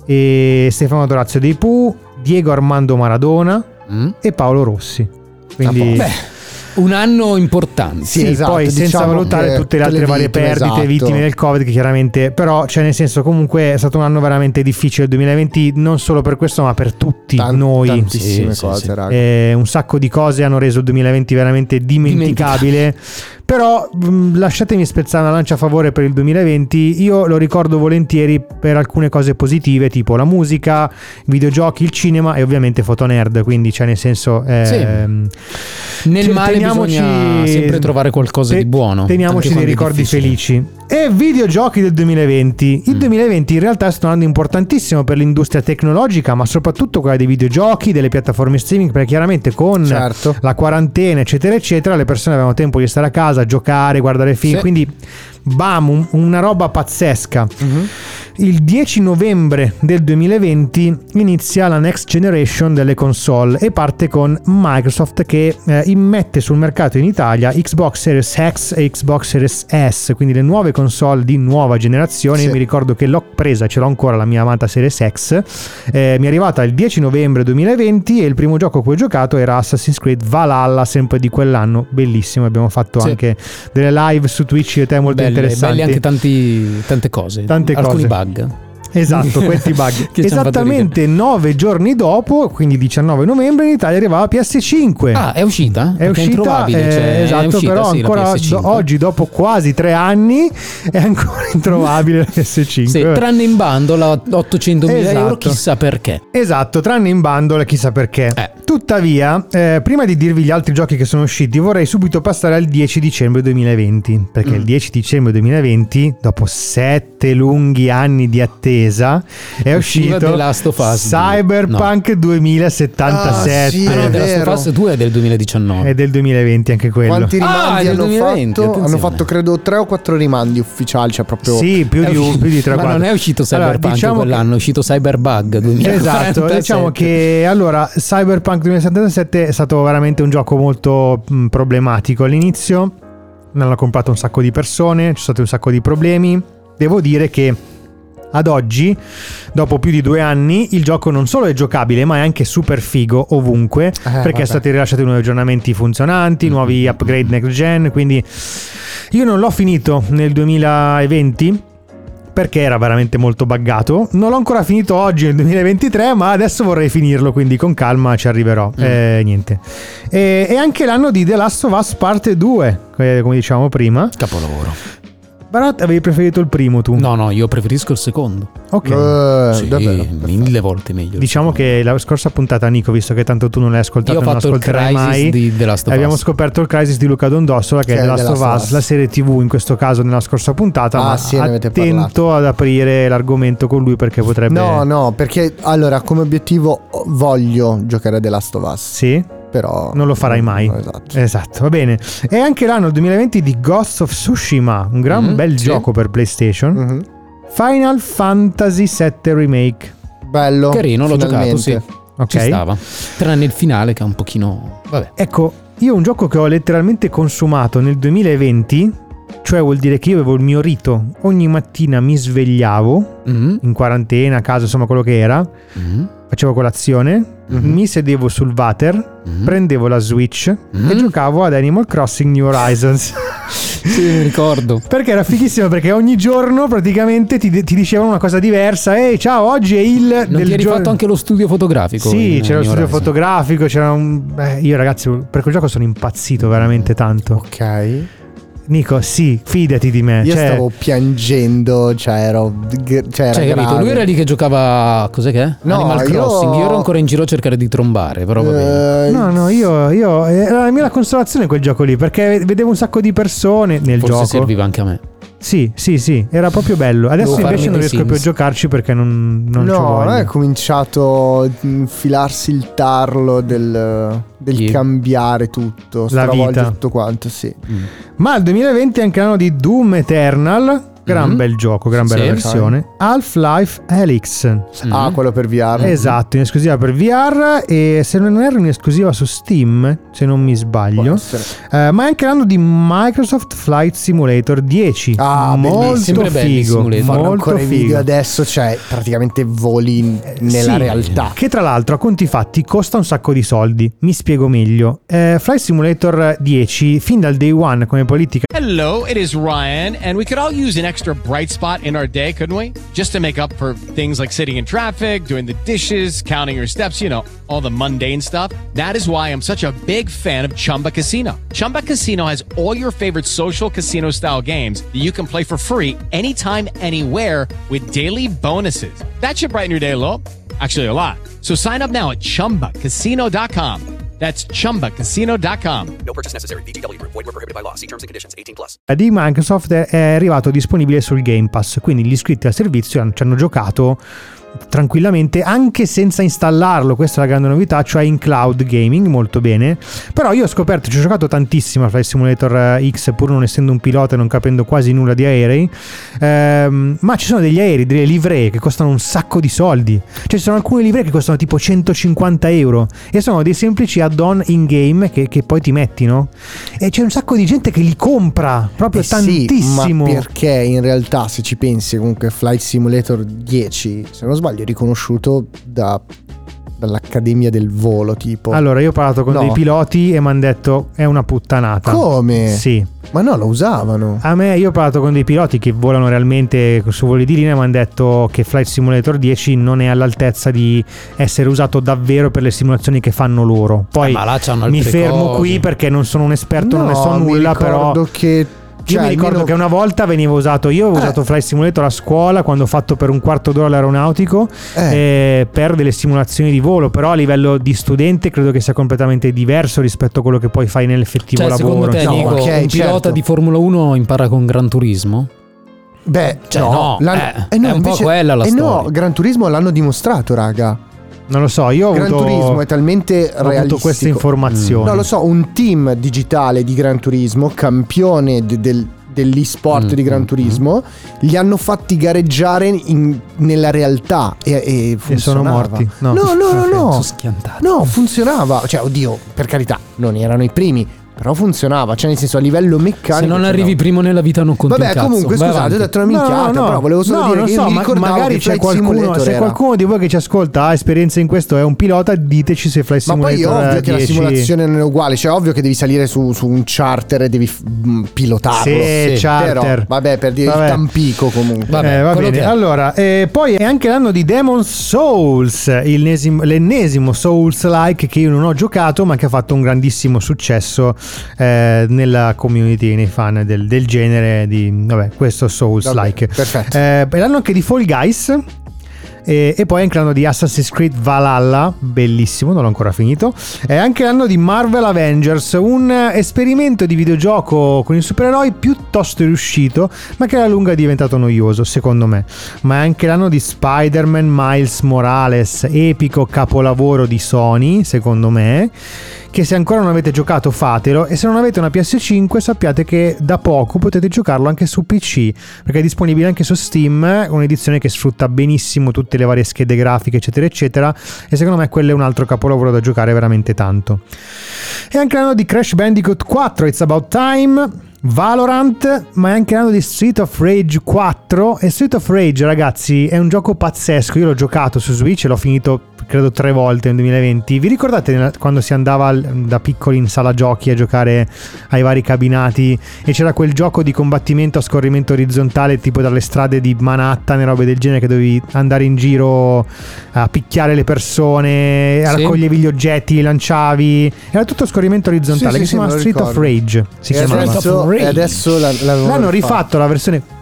e Stefano Dorazio dei Pooh, Diego Armando Maradona Mm. e Paolo Rossi. Quindi Beh, un anno importante. sì, esatto, poi senza diciamo valutare che tutte le altre le varie vittime, perdite, esatto. vittime del Covid, che chiaramente, però, cioè, nel senso, comunque è stato un anno veramente difficile il duemilaventi, non solo per questo, ma per tutti Tan- noi. Tantissime Sì, cose, sì, sì. raga. Eh, un sacco di cose hanno reso il duemilaventi veramente dimenticabile. Però mh, lasciatemi spezzare una lancia a favore per il duemilaventi. Io lo ricordo volentieri per alcune cose positive, tipo la musica, videogiochi, il cinema e ovviamente Fotonerd. Quindi, cioè, nel senso, ehm, Nel te- male teniamoci- bisogna sempre trovare qualcosa te- di buono. Teniamoci anche dei quando è ricordi difficile. felici. E videogiochi del duemilaventi. Il Mm. duemilaventi in realtà è stato un anno importantissimo per l'industria tecnologica, ma soprattutto quella dei videogiochi, delle piattaforme streaming, perché chiaramente con Certo. la quarantena, eccetera, eccetera, le persone avevano tempo di stare a casa, giocare, guardare film. Sì. Quindi, bam, un- una roba pazzesca. Mhm. Il dieci novembre del duemilaventi inizia la next generation delle console e parte con Microsoft che eh, immette sul mercato in Italia Xbox Series X e Xbox Series S, quindi le nuove console di nuova generazione. Sì. Io mi ricordo che l'ho presa, ce l'ho ancora la mia amata Series X, eh, mi è arrivata il dieci novembre duemilaventi e il primo gioco a cui ho giocato era Assassin's Creed Valhalla, sempre di quell'anno, bellissimo. Abbiamo fatto Sì. anche delle live su Twitch e te molto Belle, interessanti. belli anche tanti, tante cose. Tante Alcuni cose. bug. Esatto, questi bug. Che ci hanno fatto Esattamente nove giorni dopo, quindi diciannove novembre, in Italia arrivava P S cinque. Ah, è uscita? È Perché uscita, introvabile, eh, cioè, è esatto, uscita, però sì, la ancora P S cinque. do- oggi, dopo quasi tre anni, è ancora introvabile la P S cinque. Sì, tranne in bundle a ottocentomila Esatto. euro, chissà perché. Esatto, tranne in bundle, chissà perché. Eh. Tuttavia, eh, prima di dirvi gli altri giochi che sono usciti, vorrei subito passare al dieci dicembre duemilaventi. Perché Mm. il dieci dicembre duemilaventi, dopo sette lunghi anni di attesa, è Usciva uscito The Last of Us due. Cyberpunk duemilasettantasette. Ah, sì, Ah, no, è The Last vero. of Us due è del duemiladiciannove. È del duemilaventi anche quello. Quanti Ah, rimandi del hanno duemilaventi, fatto? attenzione. Hanno fatto credo tre o quattro rimandi ufficiali, cioè proprio Sì, più È di, uscito- più di tre Ma non è uscito Cyberpunk Allora, diciamo quell'anno, è uscito Cyberbug duemilaquarantasette. Esatto, diciamo che allora Cyberpunk duemilasettantasette è stato veramente un gioco molto mh, problematico all'inizio. Non l'ha comprato un sacco di persone, ci sono stati un sacco di problemi. Devo dire che ad oggi, dopo più di due anni, il gioco non solo è giocabile, ma è anche super figo ovunque, perché vabbè. sono stati rilasciati nuovi aggiornamenti funzionanti, nuovi upgrade next gen. Quindi io non l'ho finito nel duemilaventi perché era veramente molto buggato. Non l'ho ancora finito oggi nel duemilaventitré, ma adesso vorrei finirlo, quindi con calma ci arriverò. Mm. Eh, niente. E, e anche l'anno di The Last of Us parte due, eh, come dicevamo prima. Capolavoro. Però avevi preferito il primo tu? No, no, io preferisco il secondo. Ok. Eh, Sì, davvero. mille volte meglio. il Diciamo secondo. che la scorsa puntata, Nico, visto che tanto tu non l'hai ascoltato Io e ho non fatto il ascolterai Crysis mai, di The Last of abbiamo Us. scoperto il Crysis di Luca Dondossola, che, è The Last, of Us, la serie tivù in questo caso nella scorsa puntata. Ah, ma sì, ne avete attento ad aprire l'argomento con lui perché potrebbe... No, no, perché allora come obiettivo voglio giocare a The Last of Us. Sì? Però non lo farai mai. No, esatto. Esatto, va bene. È anche l'anno duemilaventi di Ghost of Tsushima, un gran Mhm, bel sì. gioco per PlayStation. Mhm. Final Fantasy sette Remake. Bello. Carino, l'ho finalmente. giocato, sì. Ok. Ci stava. Tranne il finale che è un pochino... Vabbè. Ecco, io un gioco che ho letteralmente consumato nel duemilaventi, cioè vuol dire che io avevo il mio rito. Ogni mattina mi svegliavo, Mm, in quarantena, a casa, insomma quello che era, mm, facevo colazione, Mhm. mi sedevo sul water, Mhm. prendevo la Switch Mhm. e giocavo ad Animal Crossing New Horizons. sì, mi ricordo. Perché era fighissimo, perché ogni giorno praticamente ti, ti dicevano una cosa diversa. Ehi, ciao, oggi è il Non del ti eri giorno- fatto anche lo studio fotografico? Sì, in c'era lo New studio Horizon? fotografico, c'era un... Beh, io ragazzi, per quel gioco sono impazzito veramente tanto. Ok. Nico, sì, fidati di me. Io cioè, stavo piangendo, cioè ero cioè era Cioè, capito? grave. Lui era lì che giocava. Cos'è che è? No, Animal io- Crossing. Io ero ancora in giro a cercare di trombare. Però va bene. Eh, No, no, io, io era la mia consolazione quel gioco lì, perché vedevo un sacco di persone nel Forse gioco. serviva anche a me. Sì, sì, sì, era proprio bello. Adesso Devo invece farmi non dei riesco più a Sims. giocarci perché non, non c'ho No, voglia. è cominciato a infilarsi il tarlo del, del Sì. cambiare tutto, La stravolgere vita. tutto quanto, sì. Ma il duemilaventi è anche l'anno di Doom Eternal. Gran Mhm. bel gioco, gran bella Sì. versione. Half-Life Alyx. Ah, quello per V R. Esatto, in esclusiva per V R e se non erro in esclusiva su Steam, se non mi sbaglio. Può essere. Eh, ma è anche l'anno di Microsoft Flight Simulator dieci. Ah, molto bellissimo. Sempre belli i figo, simulator. Fanno molto ancora i video figo. adesso, cioè praticamente voli in- nella Sì, realtà. Che tra l'altro a conti fatti costa un sacco di soldi. Mi spiego meglio. Eh, Flight Simulator dieci, fin dal day one come politica. Hello, it is Ryan, and we could all use an extra bright spot in our day, couldn't we? Just to make up for things like sitting in traffic, doing the dishes, counting your steps, you know, all the mundane stuff. That is why I'm such a big fan of Chumba Casino. Chumba Casino has all your favorite social casino style games that you can play for free anytime, anywhere with daily bonuses. That should brighten your day a little. Actually, a lot. So sign up now at chumba casino dot com. That's chumba casino dot com. No purchase necessary. V G W Group. Void where prohibited by law. See terms and conditions. eighteen plus. Di Microsoft è arrivato disponibile sul Game Pass, quindi gli iscritti al servizio hanno- ci hanno giocato tranquillamente anche senza installarlo. Questa è la grande novità, cioè in cloud gaming, molto bene. Però io ho scoperto, ci ho giocato tantissimo a Flight Simulator X, pur non essendo un pilota e non capendo quasi nulla di aerei, ehm, ma ci sono degli aerei, delle livree che costano un sacco di soldi. Cioè ci sono alcune livree che costano tipo centocinquanta euro e sono dei semplici add-on in game che, che poi ti metti, no? E c'è un sacco di gente che li compra proprio Eh sì, tantissimo. ma perché in realtà, se ci pensi, comunque Flight Simulator dieci, se non sbaglio, è riconosciuto da, dall'Accademia del Volo, tipo. Allora, io ho parlato con No. dei piloti e mi hanno detto è una puttanata. Come? Sì. Ma no, lo usavano. A me, io ho parlato con dei piloti che volano realmente su voli di linea e mi hanno detto che Flight Simulator dieci non è all'altezza di essere usato davvero per le simulazioni che fanno loro. Poi Eh, ma là c'hanno mi altre fermo cose. qui perché non sono un esperto, non ne so mi nulla, però ricordo che io cioè, mi ricordo almeno- che una volta veniva usato, io ho Eh. usato Flight Simulator a scuola quando ho fatto per un quarto d'ora l'aeronautico Eh. eh, per delle simulazioni di volo, però a livello di studente credo che sia completamente diverso rispetto a quello che poi fai nell'effettivo Cioè, lavoro. secondo te, insomma. Nico, ok, un pilota certo. di Formula uno impara con Gran Turismo? Beh, Cioè, no, no, l'hanno- eh, eh, no, è un po' invece- quella la eh no, storia. Gran Turismo l'hanno dimostrato, raga. Non lo so, io ho Gran avuto, Turismo è talmente ho avuto realistico. queste informazioni. No, lo so, un team digitale di Gran Turismo, campione de- del, dell'e-sport Mm, di Gran mm, Turismo, li hanno fatti gareggiare in- nella realtà e, e funzionava. sono morti. No. no, no, no, no. Sono schiantati. No, funzionava. Cioè, oddio, per carità, non erano i primi, però funzionava. Cioè, nel senso, a livello meccanico. Se non arrivi primo nella vita non conti Vabbè, un cazzo. comunque, Vai scusate, ho avanti. detto una minchiata, No, no, però volevo solo no, dire non che so, io mi ma- ricordavo magari che c'è Flight qualcuno, Simulator se era- qualcuno di voi che ci ascolta ha esperienza in questo, è un pilota, diteci se Flight Ma poi Simulator è ovvio che la dieci simulazione non è uguale, cioè è ovvio che devi salire su, su un charter e devi f- mh, pilotarlo. Sì, charter. Però, vabbè, per dire Vabbè. il Tampico comunque. Vabbè, Eh, va quello bene. che è. Allora, eh, poi è anche l'anno di Demon's Souls, il nesim- l'ennesimo Souls-like che io non ho giocato, ma che ha fatto un grandissimo successo eh, nella community, nei fan del, del genere di vabbè, questo Souls-like. Vabbè, perfetto. Eh, è l'anno anche di Fall Guys. E, e poi anche l'anno di Assassin's Creed Valhalla, bellissimo, non l'ho ancora finito. È anche l'anno di Marvel Avengers, un esperimento di videogioco con i supereroi piuttosto riuscito, ma che alla lunga è diventato noioso, secondo me. Ma è anche l'anno di Spider-Man Miles Morales, epico capolavoro di Sony, secondo me, che se ancora non avete giocato fatelo, e se non avete una P S cinque sappiate che da poco potete giocarlo anche su P C, perché è disponibile anche su Steam, un'edizione che sfrutta benissimo tutte le varie schede grafiche eccetera eccetera, e secondo me quello è un altro capolavoro da giocare veramente tanto. E anche l'anno di Crash Bandicoot quattro, It's About Time, Valorant, ma è anche l'anno di Street of Rage quattro. E Street of Rage, ragazzi, è un gioco pazzesco. Io l'ho giocato su Switch e l'ho finito credo tre volte nel duemilaventi. Vi ricordate nella- quando si andava al- da piccoli in sala giochi a giocare ai vari cabinati e c'era quel gioco di combattimento a scorrimento orizzontale tipo dalle strade di Manhattan e robe del genere, che dovevi andare in giro a picchiare le persone, Sì. raccoglievi gli oggetti, li lanciavi, era tutto a scorrimento orizzontale, Sì, che sì, si chiama sì, me lo Street of ricordo. Rage si e chiamava. adesso, e adesso l'hanno, L'hanno rifatto la versione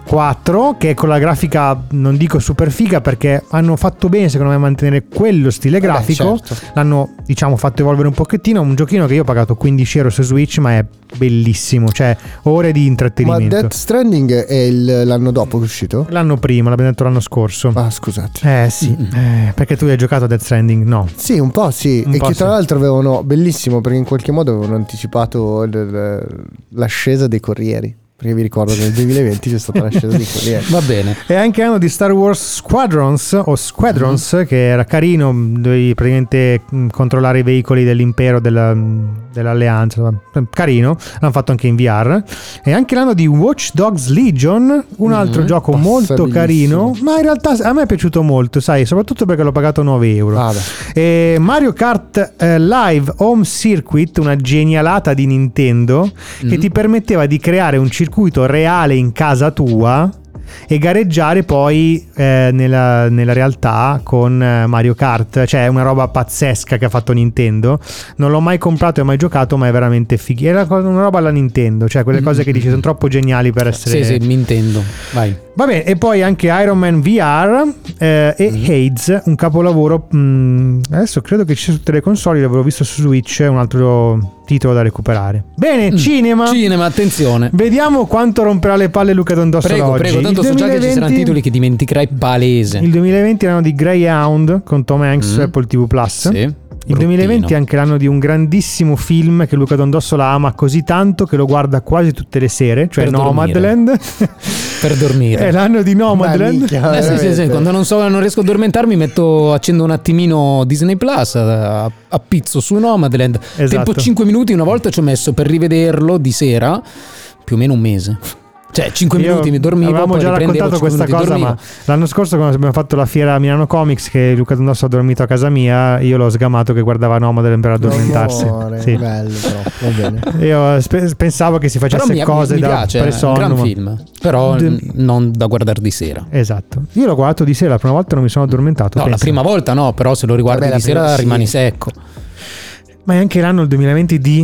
quattro, che è con la grafica, non dico super figa, perché hanno fatto bene secondo me a mantenere quello stile grafico. Beh, certo. L'hanno, diciamo, fatto evolvere un pochettino. Un giochino che io ho pagato quindici euro su Switch, ma è bellissimo, cioè ore di Ma intrattenimento. Death Stranding è il- l'anno dopo che è uscito? L'anno prima, l'abbiamo detto l'anno scorso. Ah, scusate. Eh sì, eh, perché tu hai giocato a Death Stranding? No. Sì, un po' sì. Un e po' che tra sì. l'altro avevano, bellissimo, perché in qualche modo avevano anticipato l- l- l'ascesa dei corrieri. Perché vi ricordo che nel duemilaventi c'è stata l'ascesa dei corrieri. Va bene. E anche l'anno di Star Wars Squadrons o Squadrons, Mm-hmm. che era carino, dovevi praticamente mh, controllare i veicoli dell'impero, della, dell'alleanza, carino, l'hanno fatto anche in V R. E anche l'anno di Watch Dogs Legion, un altro Mm, gioco passa molto bellissimo. carino, ma in realtà a me è piaciuto molto, sai, soprattutto perché l'ho pagato nove euro. Vabbè. E Mario Kart eh, Live Home Circuit, una genialata di Nintendo che Mm. ti permetteva di creare un circuito reale in casa tua e gareggiare poi eh, nella, nella realtà con eh, Mario Kart. Cioè è una roba pazzesca che ha fatto Nintendo. Non l'ho mai comprato e mai giocato, ma è veramente fighi. Era una roba alla Nintendo, cioè quelle cose che dici sono troppo geniali per essere... Sì, sì, Nintendo. Vai. Va bene, e poi anche Iron Man V R eh, e Hades, un capolavoro. mh, adesso credo che ci sia su tutte le console, l'avevo visto su Switch, è un altro titolo da recuperare. Bene, cinema. Cinema, attenzione. Vediamo quanto romperà le palle Luca D'Ondossolo Prego, oggi. prego, tanto Il so già che ci saranno duemilaventi titoli che dimenticherai palese. Il duemilaventi è l'anno di Greyhound con Tom Hanks su Mm. Apple T V Plus. Sì. Il duemilaventi è anche l'anno di un grandissimo film che Luca D'Ondossolo ama così tanto che lo guarda quasi tutte le sere, cioè Per Nomadland. Per dormire. È l'anno di Nomadland. minchia, Eh, sì, sì, sì, veramente. quando non so, non riesco a addormentarmi, metto, accendo un attimino Disney Plus, a, a pizzo su Nomadland. Esatto. Tempo cinque minuti, una volta ci ho messo per rivederlo di sera, più o meno un mese. Cioè cinque Io- minuti mi dormivo, avevamo poi già riprendevo, raccontato cinque questa minuti cosa, dormivo. ma l'anno scorso quando abbiamo fatto la fiera a Milano Comics, che Luca D'Ondosso ha dormito a casa mia, io l'ho sgamato che guardava Nomadland per addormentarsi. Amore, Sì. bello però, va bene. Io spe- pensavo che si Però facesse mi, cose mi da piace, è un presonno, gran ma- film, però De- n- non da guardare di sera. Esatto. Io l'ho guardato di sera, la prima volta non mi sono addormentato. No, la pensa. prima volta no, però se lo riguardi Vabbè, la di sera prima- sì. rimani secco. Ma è anche l'anno il duemilaventi di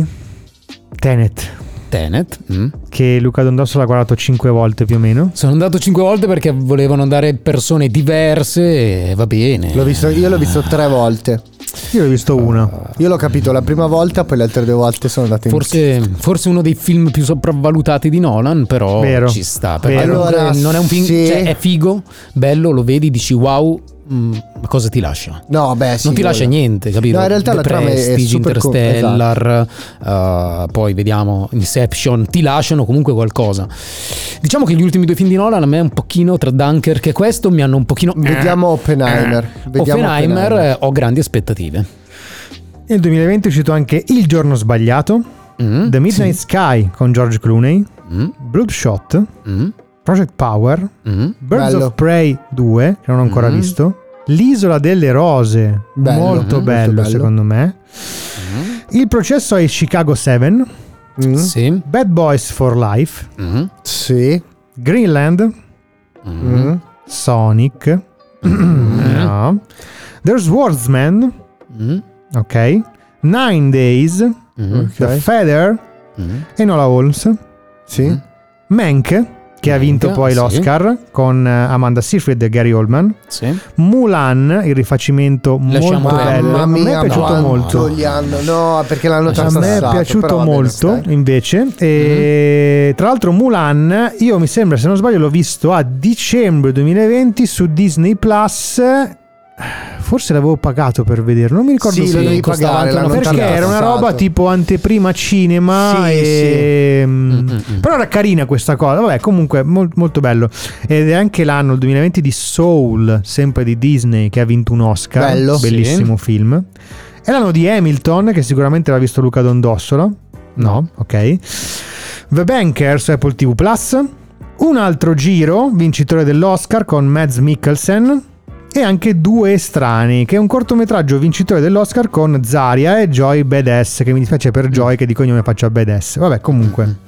Tenet, Tenet. mm. che Luca D'Ondosso l'ha guardato cinque volte più o meno. Sono andato cinque volte perché volevano andare persone diverse e va bene. L'ho visto, io l'ho visto tre volte. Io l'ho visto una. Io l'ho capito la prima volta, poi le altre due volte sono andate in Forse, forse uno dei film più sopravvalutati di Nolan, però Vero. ci sta. Perché Vero. comunque Allora, non è un film, sì. cioè è figo, bello, lo vedi, dici wow, mm, ma cosa ti lascia? No, beh, sì, non ti lascia nulla. niente, capito? No, in realtà The la trama è- è Prestige, super com- Interstellar, uh, poi vediamo Inception, ti lasciano comunque qualcosa. Diciamo che gli ultimi due film di Nolan a me un pochino, tra Dunkirk e questo, mi hanno un pochino... Vediamo Oppenheimer. Vediamo Oppenheimer, eh, ho grandi aspettative. Nel duemilaventi è uscito anche Il giorno sbagliato, Mm, The Midnight Sky con George Clooney, mm, Bloodshot, mm, Project Power, mm. Birds Bello. of Prey due, che non ho ancora Mm. visto, L'isola delle rose, Bello, molto mm, bello molto bello. secondo me, Il processo ai Chicago sette, Mm? Sì. Bad Boys for Life, Mm, Sì. Greenland, mm. Mm. Sonic, no. The Swordsman, Mm, ok, Nine Days, mm, The Ok. Feather, mm. Enola Holmes, Sì. Mank, che ha vinto Mank, poi sì. l'Oscar con eh, Amanda Seyfried e Gary Oldman. Sì. Mulan, il rifacimento Lasciamo molto perdere. bello. Mamma A me mia, è piaciuto quanto molto. Gli hanno, no, perché l'hanno A tassato. me è piaciuto però va bene, molto stai. invece e tra l'altro Mulan io mi sembra, se non sbaglio, l'ho visto a dicembre duemilaventi su Disney Plus. Forse l'avevo pagato per vederlo, non mi ricordo Sì, se lo devi costava pagare, anche una l'hanno perché tassato. era una roba tipo anteprima cinema Sì, e... Mm, mm, mm. però era carina questa cosa. Vabbè, comunque mol- molto bello. Ed è anche l'anno, il duemilaventi, di Soul, sempre di Disney, che ha vinto un Oscar. Bello. Bellissimo film. È l'anno di Hamilton, che sicuramente l'ha visto Luca D'Ondossolo. No, ok. The Banker su Apple T V Plus. Un altro giro, vincitore dell'Oscar con Mads Mikkelsen. E anche Due Estranei, che è un cortometraggio vincitore dell'Oscar con Zaria e Joy Badass, che mi dispiace per Joy che di cognome faccia Badass. Vabbè, comunque.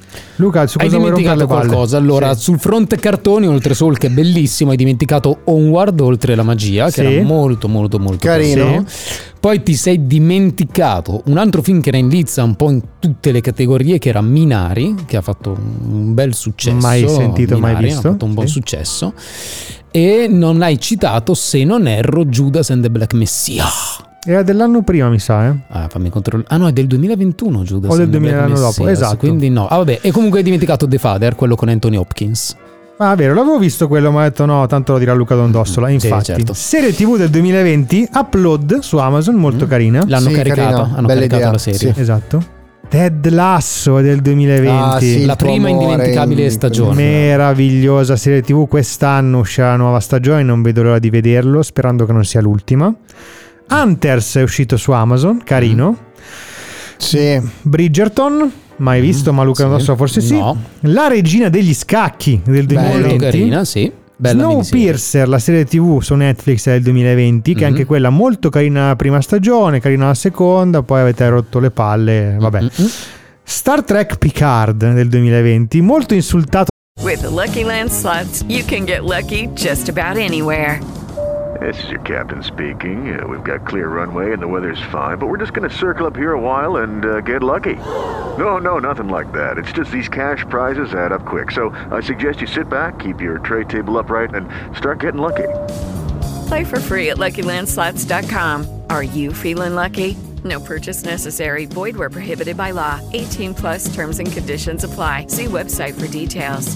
Luca, su hai cosa vuoi rompere dimenticato le palle? qualcosa. Allora, Sì. sul fronte cartoni, oltre Soul, che è bellissimo, hai dimenticato Onward, oltre la magia, che Sì. era molto molto molto Carino. Sì. Poi ti sei dimenticato un altro film che era in lizza un po' in tutte le categorie, che era Minari, che ha fatto un bel successo. Mai sentito, mai Minari, visto. ha fatto un buon Sì. successo. E non hai citato, se non erro, Judas and the Black Messiah. Era dell'anno prima, mi sa, eh. Ah, fammi controllare. Ah no, è del duemilaventuno Judas O del and the Black duemila l'anno dopo, Messiah, esatto. Quindi no. Ah vabbè, e comunque hai dimenticato The Father, quello con Anthony Hopkins. Ah, vero, l'avevo visto quello, ma ho detto no, tanto lo dirà Luca Dondossola. Sì, Infatti, certo. serie tivù del duemilaventi, Upload su Amazon, molto carina. L'hanno Sì, caricata, carino, hanno bella caricato idea, la serie. sì. Esatto. Ted Lasso è del duemilaventi. Ah, sì, La il tuo prima amore indimenticabile in- stagione. Meravigliosa serie tivù. Quest'anno uscirà la nuova stagione, non vedo l'ora di vederlo, sperando che non sia l'ultima. Hunters è uscito su Amazon, carino. Sì. Bridgerton, mai visto, ma Luca sì. Dondossola forse sì. No. La regina degli scacchi del Molto duemilaventi. carina, sì. Bella miniserie. Snowpiercer, la serie tivù su Netflix del duemilaventi, che Mhm. anche quella molto carina la prima stagione, carina la seconda, poi avete rotto le palle, vabbè. Mm-mm. Star Trek Picard del duemilaventi, molto insultato. With the Lucky Land Slots, you can get lucky just about anywhere. This is your captain speaking. Uh, we've got clear runway and the weather's fine, but we're just going to circle up here a while and uh, get lucky. No, no, nothing like that. It's just these cash prizes add up quick. So I suggest you sit back, keep your tray table upright, and start getting lucky. Play for free at Lucky Land Slots dot com. Are you feeling lucky? No purchase necessary. Void where prohibited by law. eighteen plus terms and conditions apply. See website for details.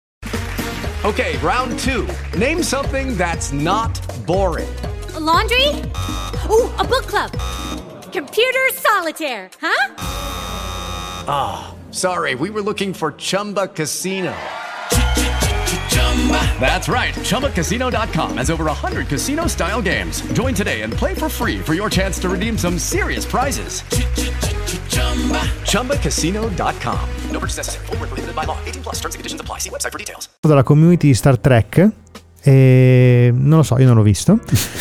Okay, round two. Name something that's not boring. A laundry? Ooh, a book club. Computer solitaire, huh? Ah, sorry, we were looking for Chumba Casino. That's right, Chumba Casino dot com has over one hundred casino-style games. Join today and play for free for your chance to redeem some serious prizes. Chumba Casino dot com. No purchase necessary. Void where prohibited by law. eighteen plus terms and conditions apply. See website for details. Dalla community di Star Trek. E non lo so, io non l'ho visto.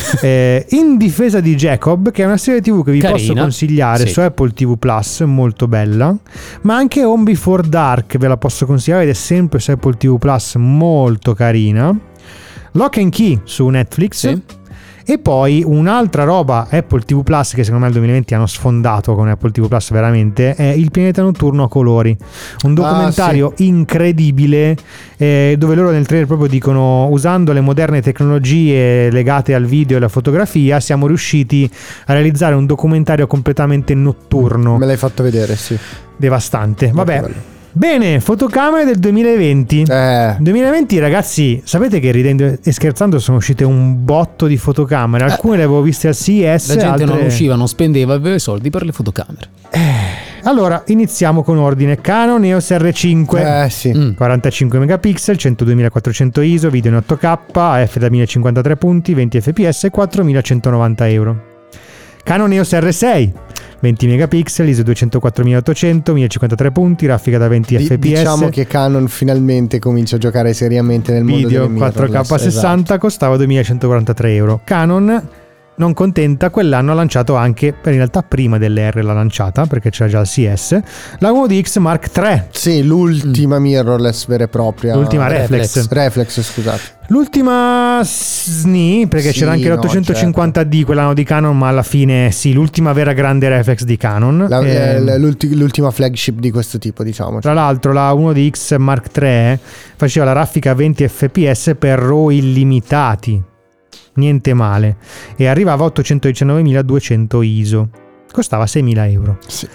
eh, In difesa di Jacob, che è una serie tivù che vi Carina, posso consigliare sì. su Apple tivù Plus, molto bella. Ma anche Home Before Dark ve la posso consigliare ed è sempre su Apple tivù Plus, molto carina. Lock and Key su Netflix. Sì. E poi un'altra roba Apple tivù Plus che secondo me nel duemilaventi hanno sfondato con Apple tivù Plus veramente, è Il pianeta notturno a colori, un documentario Ah, sì. incredibile, eh, dove loro nel trailer proprio dicono: usando le moderne tecnologie legate al video e alla fotografia siamo riusciti a realizzare un documentario completamente notturno. Me l'hai fatto vedere, sì. Devastante. Molto Vabbè. bello. Bene, fotocamere del duemilaventi. Eh. duemilaventi, ragazzi, sapete che ridendo e scherzando sono uscite un botto di fotocamere. Alcune le avevo viste al C E S. La gente altre... non usciva, non spendeva, aveva i soldi per le fotocamere. Allora, iniziamo con ordine. Canon E O S R cinque. Eh sì. Mm. quarantacinque megapixel, centoduemilaquattrocento I S O, video in otto K, A F da mille cinquantatré punti, venti F P S e quattromilacentonovanta euro. Canon E O S R sei, venti megapixel, I S O duecentoquattromilaottocento, mille cinquantatré punti, raffica da venti Di- F P S. Diciamo che Canon finalmente comincia a giocare seriamente nel mondo Video delle mirrorless. quattro K sessanta, Esatto. costava duemilacentoquarantatré euro. Canon, non contenta, quell'anno ha lanciato anche, in realtà prima dell'R l'ha lanciata perché c'era già il C S, la One D X Mark tre. Sì, l'ultima mirrorless vera e propria. L'ultima reflex. Reflex, scusate. L'ultima S N I, perché Sì, c'era anche no, l'ottocentocinquanta D, quell'anno di Canon, ma alla fine sì, l'ultima vera grande reflex di Canon. La- Ehm, eh, l'ulti- l'ultima flagship di questo tipo, diciamo. Tra l'altro la One D X Mark tre faceva la raffica a venti F P S per RAW illimitati, niente male, e arrivava a ottocentodiciannovemiladuecento I S O, costava seimila euro. Sì.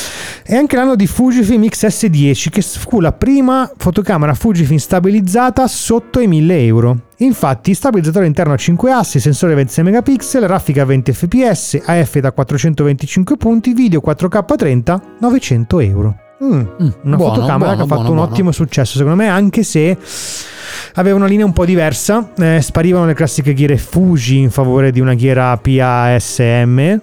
È anche l'anno di Fujifilm X S dieci, che fu la prima fotocamera Fujifilm stabilizzata sotto i mille euro. Infatti, stabilizzatore interno a cinque assi, sensore ventisei megapixel, raffica a venti F P S, A F da quattrocentoventicinque punti, video quattro K trenta, novecento euro. Mm. Una Buono, fotocamera buono, che ha fatto buono, un buono. ottimo successo, secondo me, anche se aveva una linea un po' diversa, eh, sparivano le classiche ghiere Fuji in favore di una ghiera P A S M,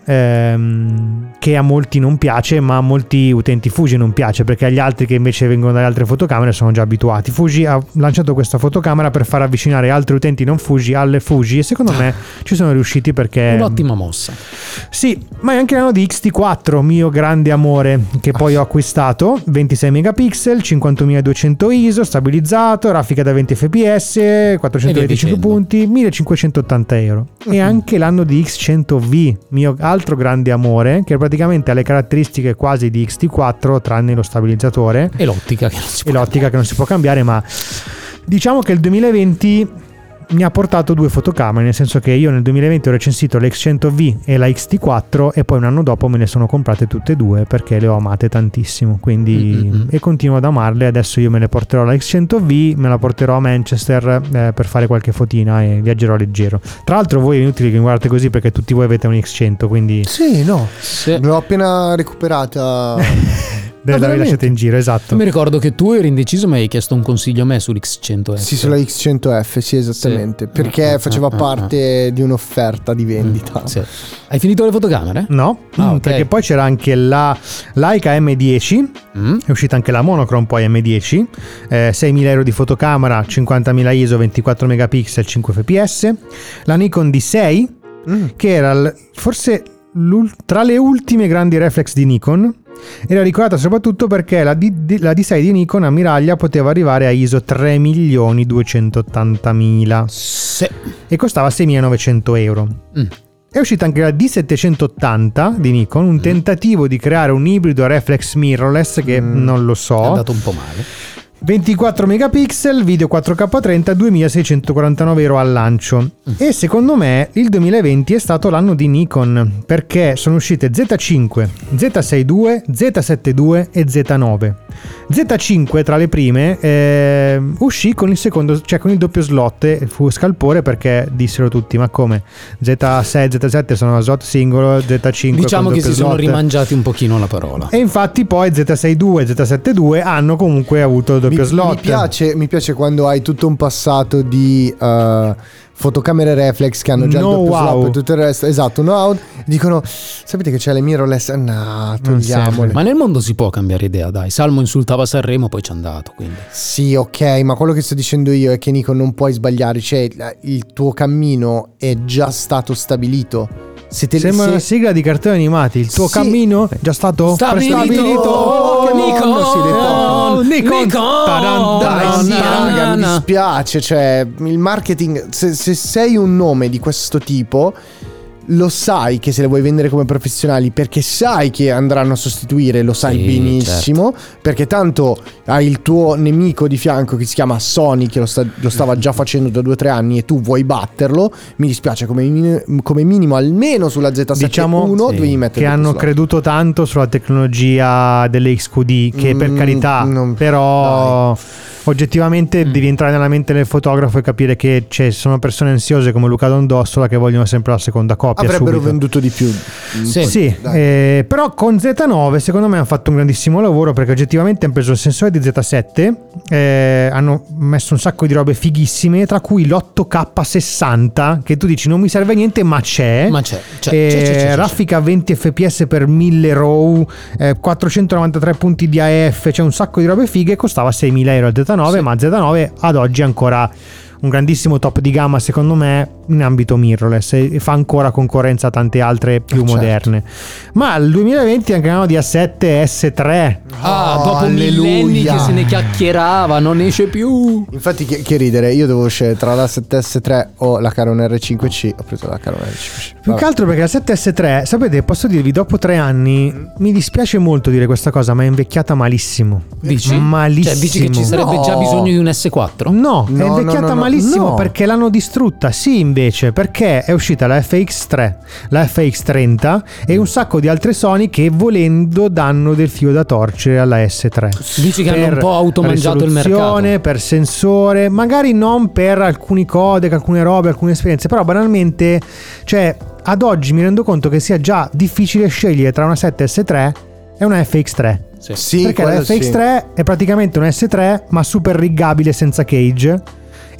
ehm, che a molti non piace, ma a molti utenti Fuji non piace, perché agli altri che invece vengono dalle altre fotocamere sono già abituati. Fuji ha lanciato questa fotocamera per far avvicinare altri utenti non Fuji alle Fuji, e secondo me ci sono riusciti, perché un'ottima mossa. Sì, ma è anche l'anno di X T quattro, mio grande amore, che poi ho acquistato. Ventisei megapixel, cinquantunomiladuecento I S O, stabilizzato, grafica da venti fps, quattrocentoventicinque punti, millecinquecentottanta euro. E anche l'anno di X cento V, mio altro grande amore, che praticamente ha le caratteristiche quasi di X T quattro tranne lo stabilizzatore e l'ottica che non si può, e l'ottica che non si può cambiare. Ma diciamo che il duemilaventi mi ha portato due fotocamere, nel senso che io nel duemilaventi ho recensito l'X cento V e la X T quattro, e poi un anno dopo me ne sono comprate tutte e due perché le ho amate tantissimo, quindi mm-hmm. e continuo ad amarle. Adesso io me ne porterò la X cento V, me la porterò a Manchester eh, per fare qualche fotina e viaggerò leggero. Tra l'altro voi è inutile che mi guardate così, perché tutti voi avete un X cento, quindi sì, no, sì. l'ho appena recuperata. Beh, la lasciate in giro, esatto. Mi ricordo che tu eri indeciso, ma hai chiesto un consiglio a me sull'X cento F. Sì, sulla X cento F, sì, esattamente, sì. Perché faceva parte di un'offerta di vendita. Sì. Hai finito le fotocamere? No, ah, okay. Perché poi c'era anche la Leica M dieci, mm. è uscita anche la Monochrome poi M dieci, eh, seimila euro di fotocamera, cinquantamila I S O, ventiquattro megapixel, cinque fps. La Nikon D sei, mm. che era l- forse tra le ultime grandi reflex di Nikon. Era ricordata soprattutto perché la, D- la D sei di Nikon ammiraglia poteva arrivare a I S O tre milioni duecentottantamila sì. e costava seimilanovecento euro. Mm. È uscita anche la D settecentottanta di Nikon, un tentativo di creare un ibrido reflex mirrorless che mm. non lo so. È andato un po' male. ventiquattro megapixel, video quattro K trenta, duemilaseicentoquarantanove euro al lancio. Mm. E secondo me il duemilaventi è stato l'anno di Nikon, perché sono uscite Z cinque, Z sessantacinque, Z settantadue e Z nove. Z cinque tra le prime eh, uscì con il secondo, cioè con il doppio slot, e fu scalpore perché dissero tutti: ma come? Z sei, Z sette sono slot singolo, Z cinque diciamo con che si slot. Sono rimangiati un pochino la parola. E infatti poi Z sessantadue e Z settantadue hanno comunque avuto il doppio mi, slot. Mi piace, mi piace quando hai tutto un passato di uh, fotocamere reflex che hanno già no il doppio wow. slot e tutto il resto. Esatto, no wow. Dicono: sapete che c'è le mirrorless? No, togliamole. Ma nel mondo si può cambiare idea, dai. Salmo insultava Sanremo, poi c'è andato, quindi. Sì, ok, ma quello che sto dicendo io è che Nikon non puoi sbagliare, cioè il tuo cammino è già stato stabilito. Se te Sembra se... una sigla di cartoni animati. Il tuo sì. cammino è già stato stabilito. Prestabilito. Oh, Nikon, oh, Nikon. Nikon. Dai, sì, raga, mi dispiace. Cioè, il marketing. Se, se sei un nome di questo tipo, lo sai che se le vuoi vendere come professionali, perché sai che andranno a sostituire, lo sai sì, benissimo, certo. Perché tanto hai il tuo nemico di fianco che si chiama Sony, che lo, sta, lo stava già facendo da due o tre anni e tu vuoi batterlo. Mi dispiace, come, come minimo almeno sulla Z settantuno diciamo sì, devi mettere che hanno slot. Creduto tanto sulla tecnologia delle X Q D, che mm, per carità non, però dai. Oggettivamente mm. devi entrare nella mente del fotografo e capire che ci sono persone ansiose come Luca Dondossola che vogliono sempre la seconda coppia. Avrebbero subito. venduto di più. Sì, sì eh, però con Z nove secondo me hanno fatto un grandissimo lavoro, perché oggettivamente hanno preso il sensore di Z sette, eh, hanno messo un sacco di robe fighissime, tra cui l'otto K sessanta, che tu dici non mi serve a niente, ma c'è. Ma c'è. c'è, eh, c'è, c'è, c'è raffica c'è. venti fps per mille RAW, eh, quattrocentonovantatré punti di A F, c'è un sacco di robe fighe. Costava seimila euro il Z nove, sì. Ma Z nove ad oggi è ancora un grandissimo top di gamma secondo me in ambito mirrorless e fa ancora concorrenza a tante altre più certo. moderne. Ma il duemilaventi è anche l'anno di A sette S tre. Ah, oh, dopo millenni che se ne chiacchierava, non esce più. Infatti che, che ridere, io devo scegliere tra la sette S tre o la Canon R cinque C. Ho preso la Canon R cinque C. Più che altro perché la sette S tre, sapete, posso dirvi, dopo tre anni mm. mi dispiace molto dire questa cosa, ma è invecchiata malissimo. Dici? Malissimo. Cioè dici che ci sarebbe no. già bisogno di un S quattro? No, no è invecchiata no, no, no, malissimo no. perché l'hanno distrutta. Sì, invece, perché è uscita la F X tre, la F X trenta e un sacco di altre Sony che volendo danno del filo da torcere alla S tre. Dici che hanno un po' automangiato il mercato. Per sensore, magari non per alcuni codec, alcune robe, alcune esperienze, però banalmente, cioè ad oggi mi rendo conto che sia già difficile scegliere tra una sette S tre e una F X tre. Sì. Sì, perché la F X tre sì. è praticamente un S tre ma super riggabile senza cage.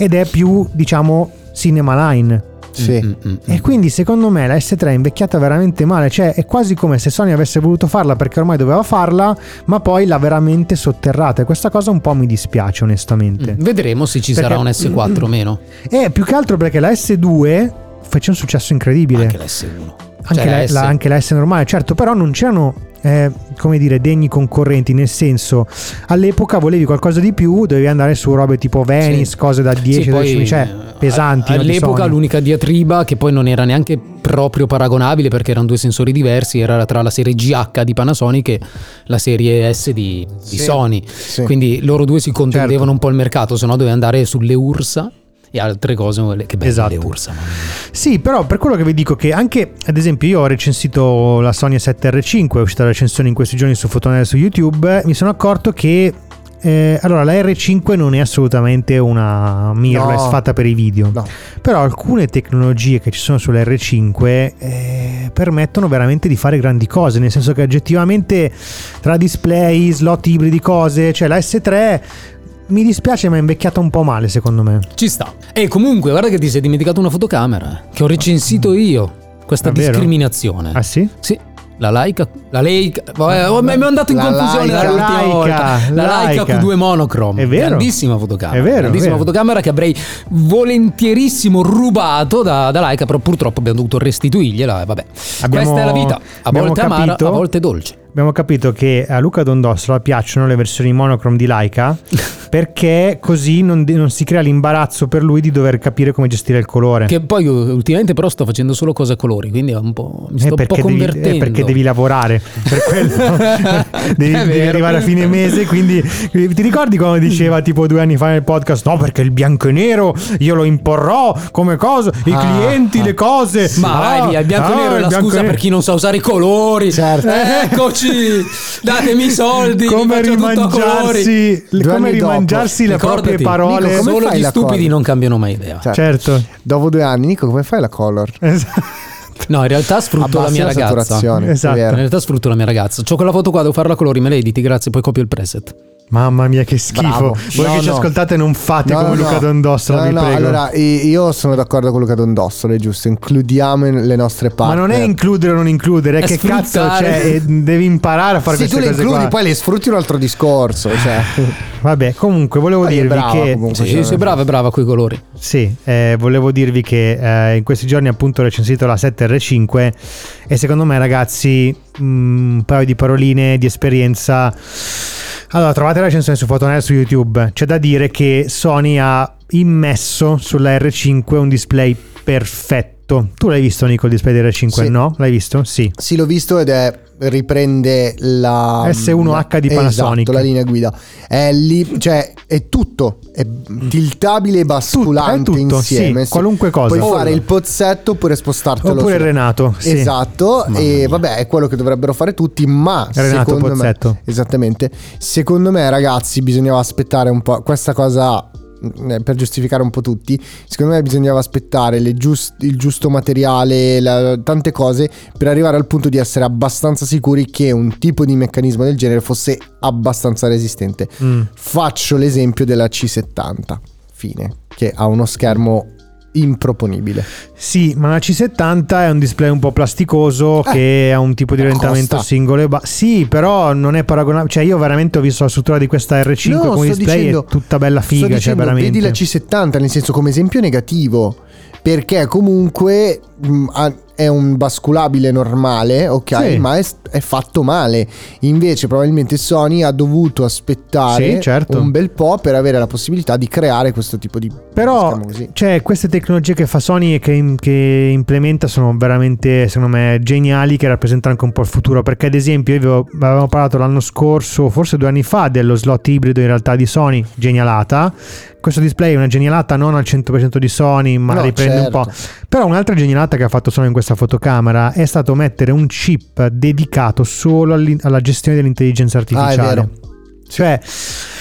ed è più, diciamo, cinema line. Sì. Mm-mm. E quindi secondo me la S tre è invecchiata veramente male, cioè è quasi come se Sony avesse voluto farla perché ormai doveva farla, ma poi l'ha veramente sotterrata, e questa cosa un po' mi dispiace onestamente. Mm. Vedremo se ci Perché- sarà un S quattro o meno. E più che altro perché la S due fece un successo incredibile. Anche la S uno. Anche, Cioè, la, la S- la- anche la S normale, certo, però non c'erano eh, come dire degni concorrenti, nel senso all'epoca volevi qualcosa di più, dovevi andare su robe tipo Venice, Sì. cose da dieci Sì, dodici, poi, cioè pesanti. a- no, di all'epoca Sony. l'unica diatriba, che poi non era neanche proprio paragonabile perché erano due sensori diversi, era tra la serie G H di Panasonic e la serie S di, di Sì. Sony. Sì. Quindi loro due si contendevano Certo. un po' il mercato, se no doveva andare sulle Ursa e altre cose. Che belle Esatto. le Ursa, mamma mia. Sì, però per quello che vi dico che anche, ad esempio, io ho recensito la Sony A sette R cinque, è uscita la recensione in questi giorni su Photonel su YouTube, mi sono accorto che eh, allora la R cinque non è assolutamente una mirrorless No. fatta per i video, No. però alcune tecnologie che ci sono sulla R cinque eh, permettono veramente di fare grandi cose, nel senso che oggettivamente tra display, slot ibridi, cose, cioè la S tre mi dispiace ma è invecchiata un po' male secondo me. Ci sta. E comunque guarda che ti sei dimenticato una fotocamera che ho recensito io. Questa Davvero? discriminazione. Ah sì? Sì. La Leica, la Leica, vabbè, oh, mi ho andato in La confusione Leica, dall'ultima Leica, volta. La Leica. Leica Q due monochrome, È vero. grandissima fotocamera, È vero, grandissima è vero. fotocamera che avrei volentierissimo rubato da, da Leica, però purtroppo abbiamo dovuto restituirgliela. Vabbè, Abbiamo- questa è la vita, a abbiamo volte amara, capito- a volte dolce. Abbiamo capito che a Luca Dondossola piacciono le versioni monochrome di Leica perché così non, non si crea l'imbarazzo per lui di dover capire come gestire il colore. Che poi ultimamente però sto facendo solo cose a colori, quindi è un po', mi Eh, sto un po' perché, devi, convertendo. eh, perché devi lavorare per quello. devi, È devi vero. arrivare a fine mese, quindi ti ricordi quando diceva tipo due anni fa nel podcast no perché il bianco e nero io lo imporrò come cosa, i Ah, clienti, ah. le cose. Ma vai Ah, via, il bianco e ah, nero è il la bianco e scusa nero. per chi non sa usare i colori. Certo. Eccoci, datemi i soldi, Come vi faccio tutto a colori. rimangiarsi, Due come anni dopo. rimangiarsi le proprie Ricordati, parole. Nico, Come solo fai gli la stupidi cosa? non cambiano mai idea. Cioè, Certo. Dopo due anni, Nico, come fai la color? Esatto. No, in realtà sfrutto la Abbassi mia la ragazza. saturazione, Esatto. è vero. In realtà sfrutto la mia ragazza. C'ho quella foto qua, devo fare la colori, me la editi, grazie, poi copio il preset. Mamma mia che schifo. Bravo. Voi No, che ci no. ascoltate non fate No, come no, Luca no. Dondossola, No, vi no, prego. allora i- io sono d'accordo con Luca Dondossola, è giusto, includiamo in- le nostre parti. Ma non è includere o non includere, è, È che cazzo, sfruttare. cioè, eh, devi imparare a fare Sì, tu queste le cose includi, qua. poi le sfrutti un altro discorso. Cioè. Vabbè, comunque volevo Poi è dirvi brava, che comunque, Sì, cioè. sei brava, brava coi colori. sì, eh, volevo dirvi che eh, in questi giorni appunto ho recensito la sette R cinque e secondo me ragazzi mh, un paio di paroline di esperienza. Allora, trovate la recensione su Photonel su YouTube. C'è da dire che Sony ha immesso sulla R cinque un display perfetto. Tu l'hai visto, Nico, il display della R cinque? Sì. No? L'hai visto? Sì. Sì, l'ho visto ed è riprende la S uno H di Panasonic. Esatto, la linea guida. È lì, cioè è tutto, è tiltabile e basculante Tutto, è tutto, insieme. sì, qualunque cosa. Puoi Oh, fare no. il pozzetto oppure spostartelo Oppure su- Renato, sì. Esatto, Mamma e mia. vabbè, è quello che dovrebbero fare tutti, ma Renato secondo Pozzetto. me esattamente. Secondo me, ragazzi, bisognava aspettare un po' questa cosa eh, per giustificare un po' tutti. Secondo me bisognava aspettare le giust- il giusto materiale, la- tante cose per arrivare al punto di essere abbastanza sicuri che un tipo di meccanismo del genere fosse abbastanza resistente. Mm. Faccio l'esempio della C settanta, fine, che ha uno schermo improponibile. Sì, ma la C settanta è un display un po' plasticoso Eh, che ha un tipo di orientamento costa. singolo e ba- sì, però non è paragonabile. Cioè, io veramente ho visto la struttura di questa R cinque No, come sto display dicendo- è tutta bella Sto figa, cioè dicendo, veramente. vedi la C settanta nel senso come esempio negativo, perché comunque mh, ha- è un basculabile normale, ok, Sì. ma è, è fatto male. Invece probabilmente Sony ha dovuto aspettare Sì, certo. un bel po' per avere la possibilità di creare questo tipo di Però, schermo così. cioè, queste tecnologie che fa Sony e che, che implementa sono veramente, secondo me, geniali, che rappresentano anche un po' il futuro. Perché, ad esempio, io vi avevamo parlato l'anno scorso, forse due anni fa, dello slot ibrido in realtà di Sony, genialata. Questo display è una genialata non al cento per cento di Sony, ma No, riprende certo. un po'. Però un'altra genialata che ha fatto Sony in questa fotocamera è stato mettere un chip dedicato solo all'in- alla gestione dell'intelligenza artificiale. Ah, è vero. Cioè,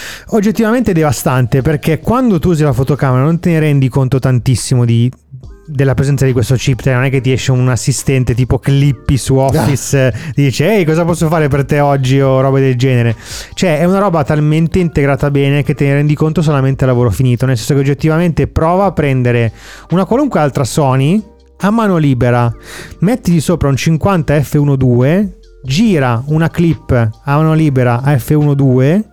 oggettivamente è devastante, perché quando tu usi la fotocamera non te ne rendi conto tantissimo di della presenza di questo chip, non è che ti esce un assistente tipo Clippy su Office, ti dice ehi cosa posso fare per te oggi o roba del genere. Cioè è una roba talmente integrata bene che te ne rendi conto solamente a lavoro finito, nel senso che oggettivamente prova a prendere una qualunque altra Sony a mano libera, mettiti sopra un cinquanta effe uno punto due, gira una clip a mano libera a effe uno punto due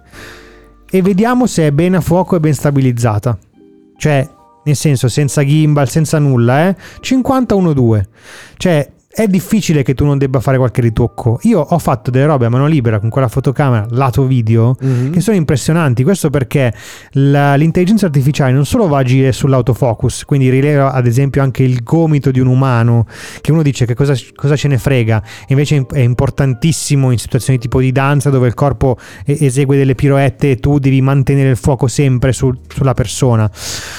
e vediamo se è bene a fuoco e ben stabilizzata. Cioè nel senso senza gimbal, senza nulla, eh? cinquanta uno punto due. Cioè è difficile che tu non debba fare qualche ritocco. Io ho fatto delle robe a mano libera con quella fotocamera lato video mm-hmm. che sono impressionanti. Questo perché la, l'intelligenza artificiale non solo va a agire sull'autofocus, quindi rileva ad esempio anche il gomito di un umano, che uno dice che cosa, cosa ce ne frega, invece è importantissimo in situazioni tipo di danza dove il corpo esegue delle piroette e tu devi mantenere il fuoco sempre sul, sulla persona.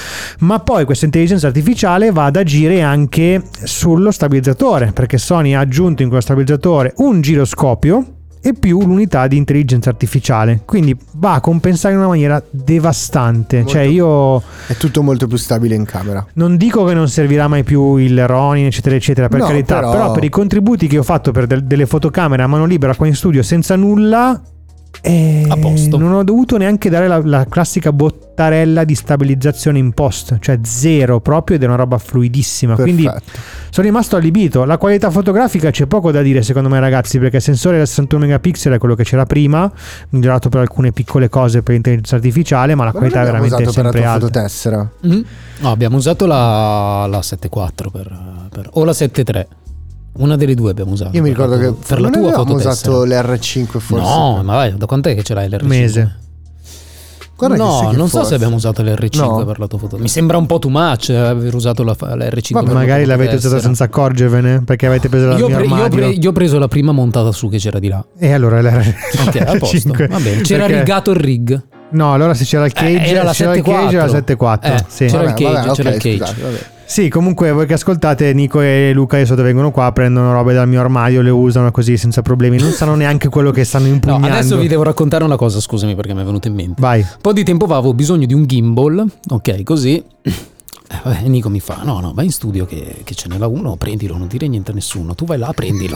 Ma poi questa intelligenza artificiale va ad agire anche sullo stabilizzatore, perché Sony ha aggiunto in quello stabilizzatore un giroscopio e più l'unità di intelligenza artificiale, quindi va a compensare in una maniera devastante. Molto, cioè io è tutto molto più stabile in camera. Non dico che non servirà mai più il Ronin eccetera eccetera, per no, carità, però... però per i contributi che ho fatto per del, delle fotocamere a mano libera qua in studio senza nulla, e a posto. Non ho dovuto neanche dare la, la classica bottarella di stabilizzazione in post, cioè zero proprio, ed è una roba fluidissima. Perfetto. Quindi sono rimasto allibito. La qualità fotografica c'è poco da dire secondo me, ragazzi, perché il sensore da sessantuno megapixel è quello che c'era prima, migliorato per alcune piccole cose per l'intelligenza artificiale, ma la ma qualità è veramente usato sempre alta. Fototessera? Mm-hmm. No, abbiamo usato la, la sette quattro per, per, o la sette tre. Una delle due abbiamo usato. Io mi ricordo che per la tua abbiamo usato l'R cinque forse. No, ma vai, da quant'è che ce l'hai l'R cinque? Mese. Guarda no, non forse. so se abbiamo usato l'R cinque no. per la tua foto. Mi sembra un po' too much aver usato la, l'R cinque. Vabbè, magari l'avete usata senza accorgervene, perché avete preso la io, mia pre- io, armadio. pre- io ho preso la prima montata su che c'era di là. E allora l'R okay, a posto. cinque. Va bene. C'era perché... rigato il rig. No, allora se c'era il cage, eh, era la c'era il cage era la sette quattro. Eh, sì. C'era vabbè, il cage, vabbè, c'era okay, il cage. Scusate, vabbè. Sì, comunque voi che ascoltate, Nico e Luca adesso vengono qua, prendono robe dal mio armadio, le usano così senza problemi, non sanno neanche quello che stanno impugnando. No, adesso vi devo raccontare una cosa, scusami perché mi è venuto in mente. Vai. Un po' di tempo fa avevo bisogno di un gimbal, ok, così. Eh, vabbè, Nico mi fa, no, no, vai in studio che, che ce n'è la uno, prendilo, non dire niente a nessuno, tu vai là, prendilo.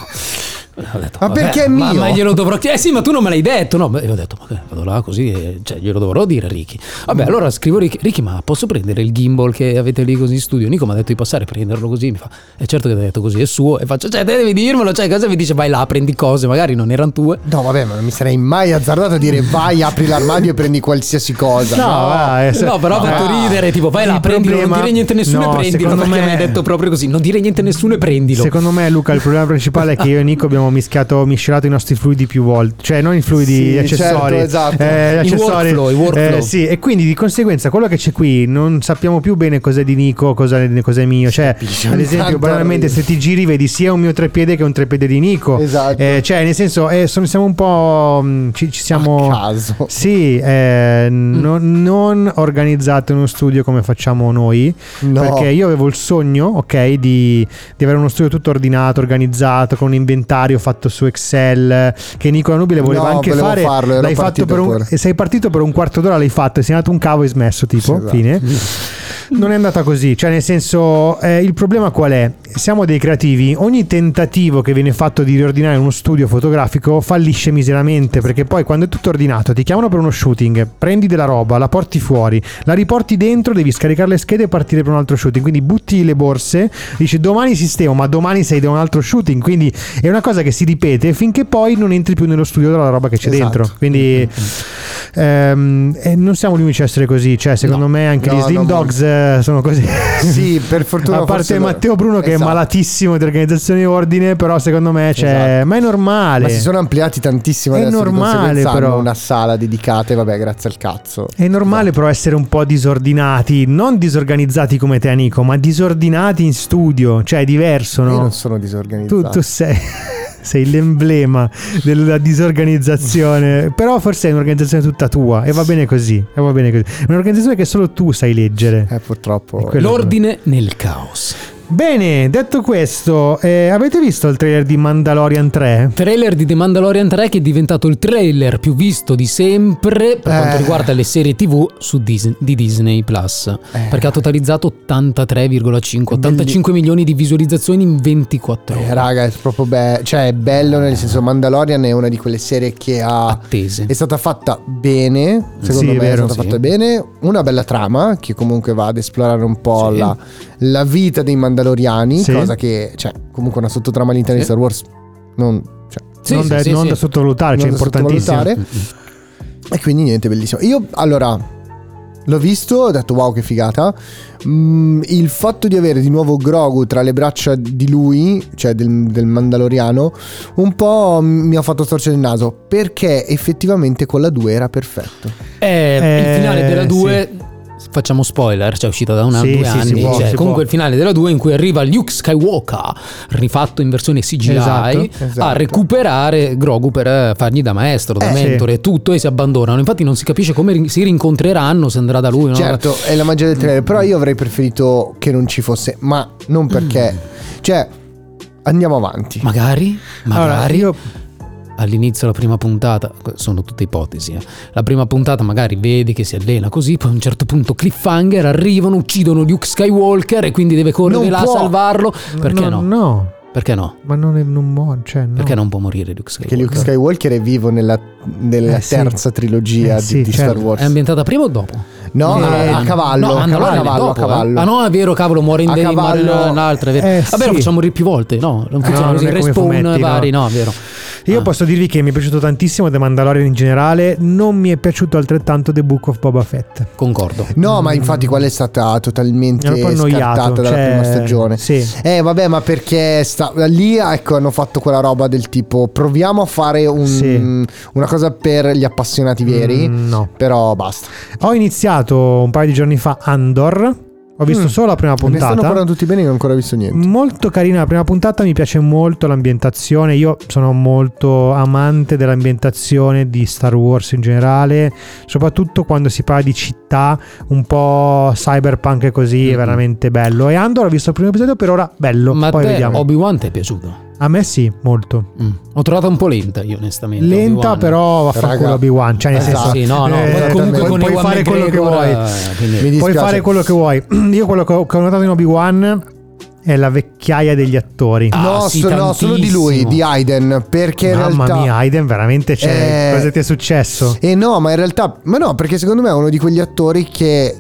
Ho detto, ma perché è mio? Ma, ma glielo dovrò chiedere, eh sì, ma tu non me l'hai detto, no? Beh, ho detto, ma vado là così, e, cioè glielo dovrò dire a Ricky. Vabbè, allora scrivo Ricky, Ricky, ma posso prendere il gimbal che avete lì così in studio? Nico mi ha detto di passare, prenderlo così, mi fa, è certo che ti ha detto così, è suo, e faccio, cioè, te devi dirmelo, cioè, cosa mi dice, vai là, prendi cose, magari non erano tue. No, vabbè, ma non mi sarei mai azzardato a dire, vai, apri l'armadio e prendi qualsiasi cosa. No, no, va, se... no però ha fatto no. ridere, tipo, vai là, il prendilo, problema... non dire niente a nessuno no, e prendilo, perché me... mi hai detto proprio così, non dire niente a nessuno e prendilo. Secondo me, Luca, il problema principale è che io e Nico abbiamo mischiato miscelato i nostri fluidi più volte, cioè non i fluidi, sì, gli accessori, certo, esatto. eh, I accessori, workflow, i workflow. Eh, sì, e quindi di conseguenza quello che c'è qui non sappiamo più bene cos'è di Nico, cos'è, cos'è mio, cioè ad esempio banalmente se ti giri vedi sia un mio treppiede che un treppiede di Nico, esatto. eh, cioè nel senso eh, sono, siamo un po' mh, ci, ci siamo a caso. Sì, eh, mm. non, non organizzato in uno studio come facciamo noi, no. perché io avevo il sogno, ok, di, di avere uno studio tutto ordinato, organizzato, con un inventario fatto su Excel, che Nicola Nubile voleva no, anche fare. Farlo, l'hai fatto per un, e sei partito per un quarto d'ora, l'hai fatto, e sei andato un cavo e smesso, tipo, esatto. fine. Non è andata così, cioè nel senso eh, il problema qual è? Siamo dei creativi, ogni tentativo che viene fatto di riordinare uno studio fotografico fallisce miseramente, perché poi quando è tutto ordinato ti chiamano per uno shooting, prendi della roba, la porti fuori, la riporti dentro, devi scaricare le schede e partire per un altro shooting, quindi butti le borse, dici domani sistemo, ma domani sei da un altro shooting, quindi è una cosa che si ripete finché poi non entri più nello studio della roba che c'è esatto. dentro, quindi ehm, e non siamo gli unici a essere così, cioè secondo no. me anche no, gli Slim no, Dogs no. sono così. Sì, per fortuna. A parte Matteo Bruno che esatto. è malatissimo di organizzazione e ordine, però secondo me c'è, esatto. ma è normale. Ma si sono ampliati tantissimo è adesso, normale, però hanno una sala dedicata e vabbè, grazie al cazzo. È normale, esatto. però essere un po' disordinati, non disorganizzati come te Nico, ma disordinati in studio, cioè è diverso, no? Io non sono disorganizzato. Tu, tu sei sei l'emblema della disorganizzazione, però forse è un'organizzazione tutta tua e va bene così, e va bene così. È un'organizzazione che solo tu sai leggere. Eh, purtroppo. L'ordine nel caos. Bene, detto questo, eh, avete visto il trailer di Mandalorian tre? Trailer di The Mandalorian tre che è diventato il trailer più visto di sempre per Eh. quanto riguarda le serie tivù su Disney, di Disney Plus, Eh. perché ha totalizzato ottantatré virgola cinque ottantacinque milioni di visualizzazioni in ventiquattro ore. Eh, raga, è proprio bello, cioè è bello nel senso Mandalorian è una di quelle serie che ha attese. È stata fatta bene, secondo Sì, me è vero, è stata sì. fatta bene, una bella trama che comunque va ad esplorare un po' Sì. la, la vita dei Mandaloriani, Sì. cosa che, cioè, comunque una sottotrama all'interno Sì. di Star Wars non, cioè, Sì, non sì, da, sì, non sì. da sottovalutare, cioè non da importantissimo. sottovalutare. E quindi niente, bellissimo. Io allora l'ho visto, ho detto wow che figata. Mm, il fatto di avere di nuovo Grogu tra le braccia di lui, cioè del, del Mandaloriano, un po' mi ha fatto storcere il naso, perché effettivamente con la due era perfetto. Eh, Eh, il finale della due, facciamo spoiler, cioè è uscita da una Sì, due sì, anni, si può, cioè, si comunque può. il finale della due in cui arriva Luke Skywalker rifatto in versione C G I Esatto, esatto. a recuperare Grogu per eh, fargli da maestro, da Eh, mentore sì. e tutto, e si abbandonano. Infatti non si capisce come ri- si rincontreranno, se andrà da lui, no? Certo, è la magia del trailer, però io avrei preferito che non ci fosse, ma non perché, cioè andiamo avanti. Magari, magari Allora, io all'inizio la prima puntata, sono tutte ipotesi, eh. La prima puntata magari vedi che si allena così, poi a un certo punto cliffhanger, arrivano, uccidono Luke Skywalker e quindi deve correre Non là può. a salvarlo. Perché no? No, Perché no? ma non, è, non muore, cioè, no. Perché non può morire Luke Perché Skywalker? Luke Skywalker è vivo nella, nella Eh, sì. terza trilogia Eh, di, sì, di certo. Star Wars. È ambientata prima o dopo? No, Eh, a cavallo, no, a Mandalorian è cavallo, a dopo, eh. cavallo. Ah no, è vero, cavolo, muore in A Dave, muore cavallo. nell'altra, è vero. Eh, Vabbè, lo sì. facciamo morire più volte, no? Non funziona no, così, non è come respawn fumetti, no. vari, no, è vero. Io Ah. posso dirvi che mi è piaciuto tantissimo The Mandalorian in generale, non mi è piaciuto altrettanto The Book of Boba Fett. Concordo. No, ma infatti quella è stata totalmente Mi ha un po' annoiato, scartata dalla cioè, prima stagione. sì. Eh vabbè, ma perché sta, lì ecco hanno fatto quella roba del tipo proviamo a fare un, Sì. una cosa per gli appassionati veri, Mm, no. però basta. Ho iniziato un paio di giorni fa Andor, ho visto Mm. solo la prima Ne stanno puntata. parlando tutti bene, io non ho ancora visto niente. Molto carina la prima puntata, mi piace molto l'ambientazione, io sono molto amante dell'ambientazione di Star Wars in generale, soprattutto quando si parla di città un po' cyberpunk e così, è veramente bello. E Andor ho visto il primo episodio, per ora bello, Ma a poi te vediamo. Obi-Wan ti è piaciuto? A me sì, molto. Mm. L'ho trovata un po' lenta io onestamente. Lenta, Obi-Wan. però vaffanculo Raga. Obi-Wan, cioè nel Esatto. senso Sì, no, no, eh, comunque puoi- con puoi Ewan fare quello che McGregor, vuoi. eh, quindi- Mi Puoi dispiace. fare quello che vuoi. Io quello che ho, che ho notato in Obi-Wan è la vecchiaia degli attori. Ah, no, sì, so- no, solo di lui, tantissimo. di Hayden, perché in Mamma realtà mia, Hayden veramente c'è. Eh, Cosa ti è successo? E no, ma in realtà ma no, perché secondo me è uno di quegli attori che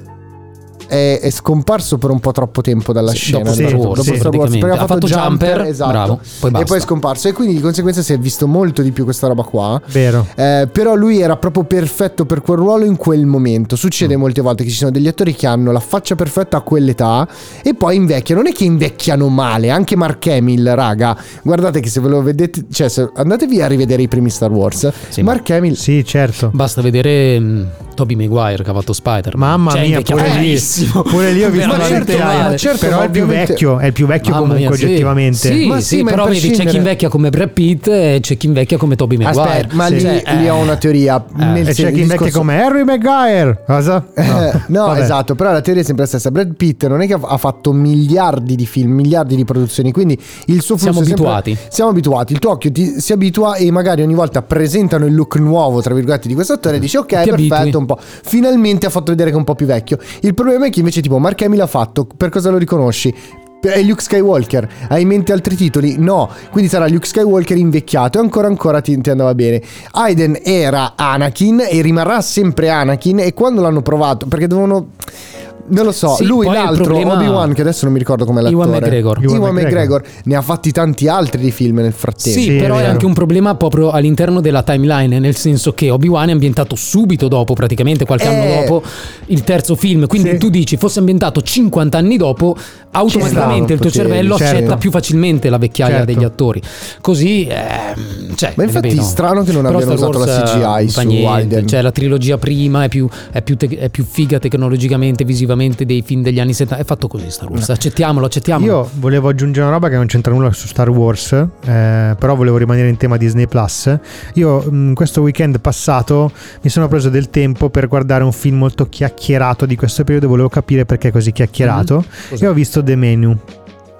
è, è scomparso per un po' troppo tempo dalla Sì, scena dopo Star dopo, Wars, dopo sì, Star Wars, perché praticamente. ha fatto Jumper, esatto, bravo, poi e basta. poi è scomparso e quindi di conseguenza si è visto molto di più questa roba qua. Vero. Eh, però lui era proprio perfetto per quel ruolo in quel momento. Succede molte volte che ci sono degli attori che hanno la faccia perfetta a quell'età e poi invecchiano. Non è che invecchiano male, anche Mark Hamill, raga. Guardate che se ve lo vedete, cioè se andatevi a rivedere i primi Star Wars. Sì, Mark Hamill Sì, certo. Basta vedere mh, Tobey Maguire che ha fatto Spider-Man. Mamma Cioè, mia, invecchia pure lì, malissimo. pure lì ho visto Veramente la certo, vecchiaia. ma certo, però ma è il più ovviamente- vecchio, è il più vecchio Mamma comunque mia, sì. oggettivamente. Sì, Ma sì, sì, ma però a vedi, c'è chi prescindere. invecchia come Brad Pitt e c'è chi invecchia come Tobey Maguire. Aspetta, ma Sì, lì, cioè, lì eh. ho una teoria. nel E sen- c'è chi il invecchia discorso- come Harry Maguire. Cosa? Eh, no, Vabbè. esatto, però la teoria è sempre la stessa. Brad Pitt non è che ha ha fatto miliardi di film, miliardi di produzioni, quindi il suo flusso Siamo è sempre- abituati. siamo abituati, il tuo occhio ti, si abitua e magari ogni volta presentano il look nuovo, tra virgolette, di questo attore e dici ok, Ti perfetto, abitui. un po'. Finalmente ha fatto vedere che è un po' più vecchio. Il problema è che invece tipo Mark Hamill ha fatto, per cosa lo riconosci? È Luke Skywalker. Hai in mente altri titoli? No. Quindi sarà Luke Skywalker invecchiato e ancora ancora ti, ti andava bene. Hayden era Anakin e rimarrà sempre Anakin. E quando l'hanno provato, perché dovevano, non lo so, Sì, lui poi il l'altro problema- Obi-Wan, che adesso non mi ricordo come l'attore, Ewan McGregor. Ewan Ewan McGregor ne ha fatti tanti altri di film nel frattempo. Sì, Sì, però è è vero. anche un problema proprio all'interno della timeline, nel senso che Obi-Wan è ambientato subito dopo, praticamente qualche Eh. anno dopo il terzo film, quindi Sì. tu dici fosse ambientato cinquanta anni dopo, automaticamente il tuo potevi, cervello certo. accetta più facilmente la vecchiaia Certo. degli attori. Così, ehm, cioè, Ma infatti capito? è strano che non Però abbiano Star usato la Wars, C G I eh, non fa su niente. Hayden. Cioè la trilogia prima è più, è più, te- è più figa tecnologicamente, visivamente dei film degli anni settanta. È fatto così Star Wars, accettiamolo, accettiamolo. Io volevo aggiungere una roba che non c'entra nulla su Star Wars, eh, però volevo rimanere in tema Disney Plus. Io mh, questo weekend passato mi sono preso del tempo per guardare un film molto chiacchierato di questo periodo, volevo capire perché è così chiacchierato, Mm-hmm. e ho visto The Menu.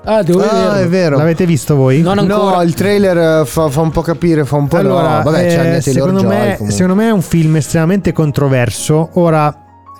Ah, devo Ah, vederlo. è vero. L'avete visto voi? Non ancora. No, il trailer fa, fa un po' capire, fa un po' Allora, no. Vabbè, c'è eh, Anya secondo, Taylor-Joy, me, comunque. secondo me è un film estremamente controverso. Ora,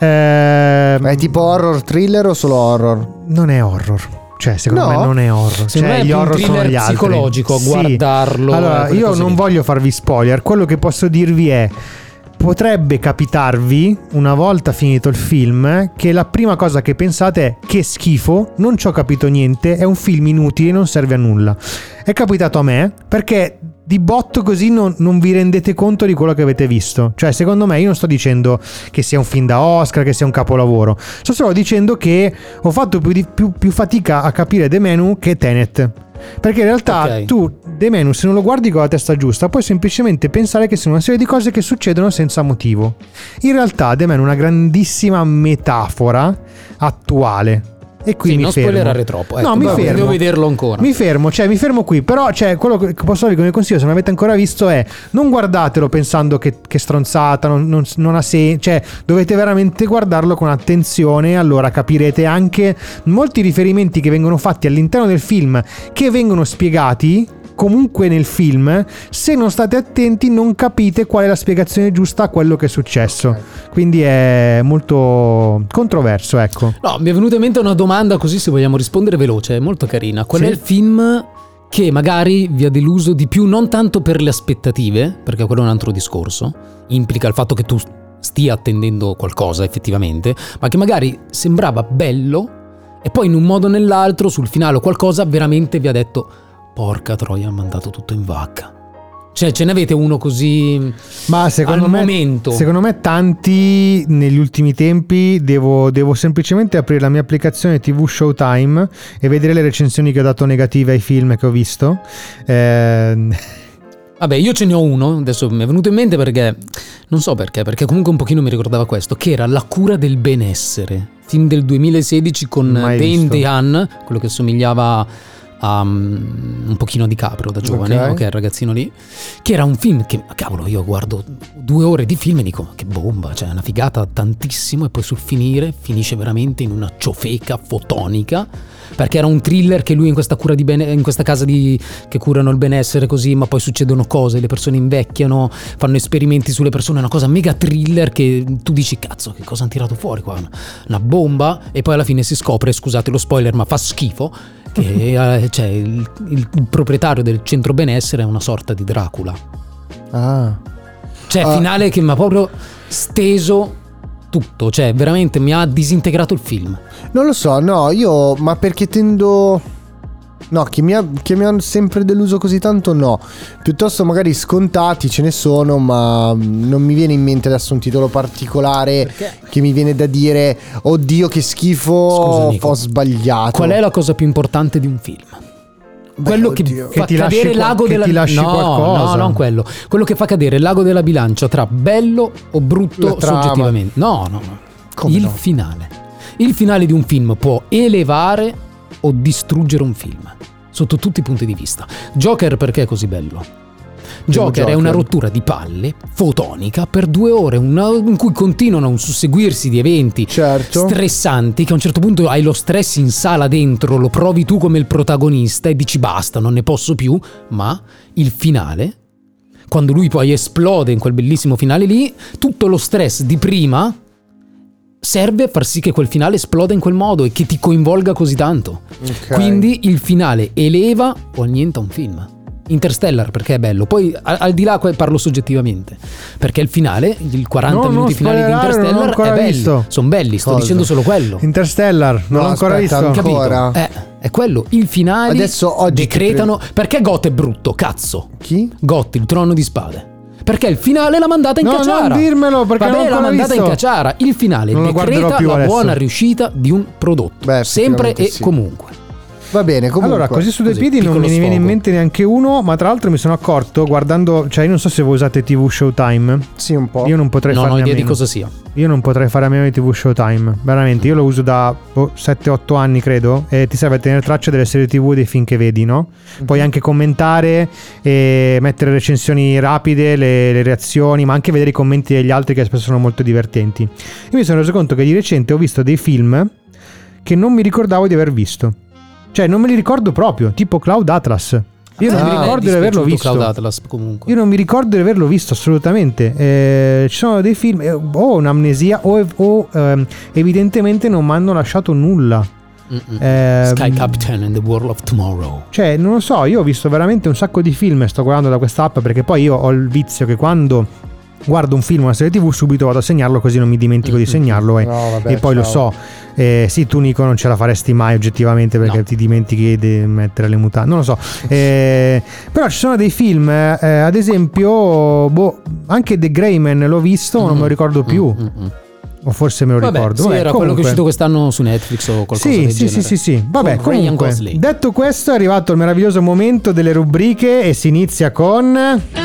ehm, È tipo horror thriller o solo horror? non è horror. Cioè, secondo No? me non è horror. Secondo Cioè, me è gli più un horror sono thriller gli altri. psicologico a Sì. guardarlo, Allora, eh, quelle io cose non lì. voglio farvi spoiler. Quello che posso dirvi è: potrebbe capitarvi, una volta finito il film, che la prima cosa che pensate è: che schifo, non ci ho capito niente, è un film inutile, non serve a nulla. È capitato a me perché di botto così non, non vi rendete conto di quello che avete visto. Cioè, secondo me, io non sto dicendo che sia un film da Oscar, che sia un capolavoro. Sto solo dicendo che ho fatto più, di, più, più fatica a capire The Menu che Tenet. Perché in realtà Ok. tu The Menu, se non lo guardi con la testa giusta, puoi semplicemente pensare che siano una serie di cose che succedono senza motivo. In realtà The Menu è una grandissima metafora attuale. E qui Sì, mi non fermo. spoilerare troppo. No, ecco, mi però fermo. devo vederlo ancora. Mi fermo, cioè mi fermo qui. Però cioè, quello che posso darvi come consiglio, se non l'avete ancora visto, è: non guardatelo pensando che, che stronzata, non, non, non ha senso. Cioè, dovete veramente guardarlo con attenzione. Allora capirete anche molti riferimenti che vengono fatti all'interno del film, che vengono spiegati comunque nel film. Se non state attenti, non capite qual è la spiegazione giusta a quello che è successo. Okay. Quindi è molto controverso, ecco. No, mi è venuta in mente una domanda, così se vogliamo rispondere veloce, è molto carina. Qual Sì. è il film che magari vi ha deluso di più, non tanto per le aspettative, perché quello è un altro discorso, implica il fatto che tu stia attendendo qualcosa effettivamente, ma che magari sembrava bello e poi in un modo o nell'altro sul finale o qualcosa veramente vi ha detto: porca troia, ha mandato tutto in vacca. Cioè, ce ne avete uno così? Ma secondo al me, momento? secondo me tanti negli ultimi tempi. Devo, devo semplicemente aprire la mia applicazione T V Showtime e vedere le recensioni che ho dato negative ai film che ho visto. Eh... Vabbè, io ce ne ho uno, adesso mi è venuto in mente perché, non so perché, perché comunque un pochino mi ricordava questo, che era La cura del benessere, film del duemilasedici con Mai Dane visto. DeHaan, quello che somigliava a um, un pochino di Caprio da giovane, Ok. ok, il ragazzino lì, che era un film che, cavolo, io guardo due ore di film e dico: ma che bomba, cioè una figata tantissimo, e poi sul finire finisce veramente in una ciofeca fotonica, perché era un thriller che lui in questa cura di bene, in questa casa di, che curano il benessere così, ma poi succedono cose, le persone invecchiano, fanno esperimenti sulle persone, una cosa mega thriller che tu dici: cazzo, che cosa hanno tirato fuori qua, una, una bomba, e poi alla fine si scopre, scusate lo spoiler, ma fa schifo, che eh, cioè, il, il, il proprietario del centro benessere è una sorta di Dracula. Ah. Cioè, Ah. finale che mi ha proprio steso tutto, cioè veramente mi ha disintegrato il film. Non lo so, no, io, ma perché tendo... No, che mi, ha, che mi hanno sempre deluso così tanto, no. Piuttosto magari scontati ce ne sono, ma non mi viene in mente adesso un titolo particolare. Perché? Che mi viene da dire: oddio che schifo, Scusa, Nico, ho sbagliato. Qual è la cosa più importante di un film? Beh, Quello oddio. che fa Che ti cadere lasci qua- l'ago che della ti lasci no, qualcosa. no, non quello. Quello che fa cadere l'ago della bilancia tra bello o brutto La trama. soggettivamente. No, no, no. Come il no? finale. Il finale di un film può elevare o distruggere un film sotto tutti i punti di vista. Joker perché è così bello? Joker, Joker è una rottura di palle fotonica per due ore, una, in cui continuano un susseguirsi di eventi Certo. stressanti, che a un certo punto hai lo stress in sala dentro, lo provi tu come il protagonista e dici basta, non ne posso più, ma il finale, quando lui poi esplode in quel bellissimo finale lì, tutto lo stress di prima serve a far sì che quel finale esploda in quel modo e che ti coinvolga così tanto. Ok. Quindi il finale eleva o annienta un film. Interstellar perché è bello, poi al, al di là parlo soggettivamente, perché il finale, il quaranta No, minuti non finali di spoilerare, non l'ho Interstellar ancora è bello, visto. sono belli, sto Cosa? dicendo solo quello. Interstellar, non No, l'ho ancora aspetta, visto. ancora. Capito? Eh, è quello, il finale Adesso oggi ti decretano, perché Goth è brutto, cazzo. Chi? Goth, il trono di spade. Perché il finale l'ha mandata in No, cacciara. non dirmelo, perché Vabbè, non l'ho l'ha ancora mandata visto. in cacciara. Il finale Non lo guarderò decreta più la adesso. buona riuscita di un prodotto. Beh, sempre e effettivamente sì. comunque. Va bene, comunque. Allora, così su due così, piedi non piccolo me ne viene in sfogo. mente neanche uno, ma tra l'altro mi sono accorto guardando, cioè io non so se voi usate T V Showtime. Sì, un po'. Io non potrei Non farne ho a idea di meno. cosa sia. Io non potrei fare a meno di T V Showtime. Veramente, io lo uso da oh, sette otto anni, credo. E ti serve a tenere traccia delle serie T V e dei film che vedi, no? Puoi anche commentare e mettere recensioni rapide, le, le reazioni, ma anche vedere i commenti degli altri che spesso sono molto divertenti. Io mi sono reso conto che di recente ho visto dei film che non mi ricordavo di aver visto. Cioè non me li ricordo proprio, tipo Cloud Atlas. Io non Ah, mi ricordo è di averlo visto. Cloud Atlas, comunque. Io non mi ricordo di averlo visto assolutamente. Eh, ci sono dei film, eh, o un'amnesia o, o ehm, evidentemente non mi hanno lasciato nulla. Eh, Sky Captain and the World of Tomorrow. Cioè non lo so, io ho visto veramente un sacco di film e sto guardando da quest'app, perché poi io ho il vizio che quando guardo un film o una serie tv subito vado a segnarlo, così non mi dimentico di segnarlo e, No, vabbè, e poi lo ciao. so. Eh, sì, tu Nico non ce la faresti mai oggettivamente, perché No. ti dimentichi di mettere le mutande, non lo so. Eh, però ci sono dei film, eh, ad esempio boh, anche The Gray Man l'ho visto, ma non me lo ricordo più. O forse me lo Vabbè, ricordo. sì, Vabbè, era quello che è comunque. uscito quest'anno su Netflix o qualcosa Sì, del sì, genere. sì, sì, sì. Vabbè, Con Ryan comunque, Gosling. detto questo, è arrivato il meraviglioso momento delle rubriche e si inizia con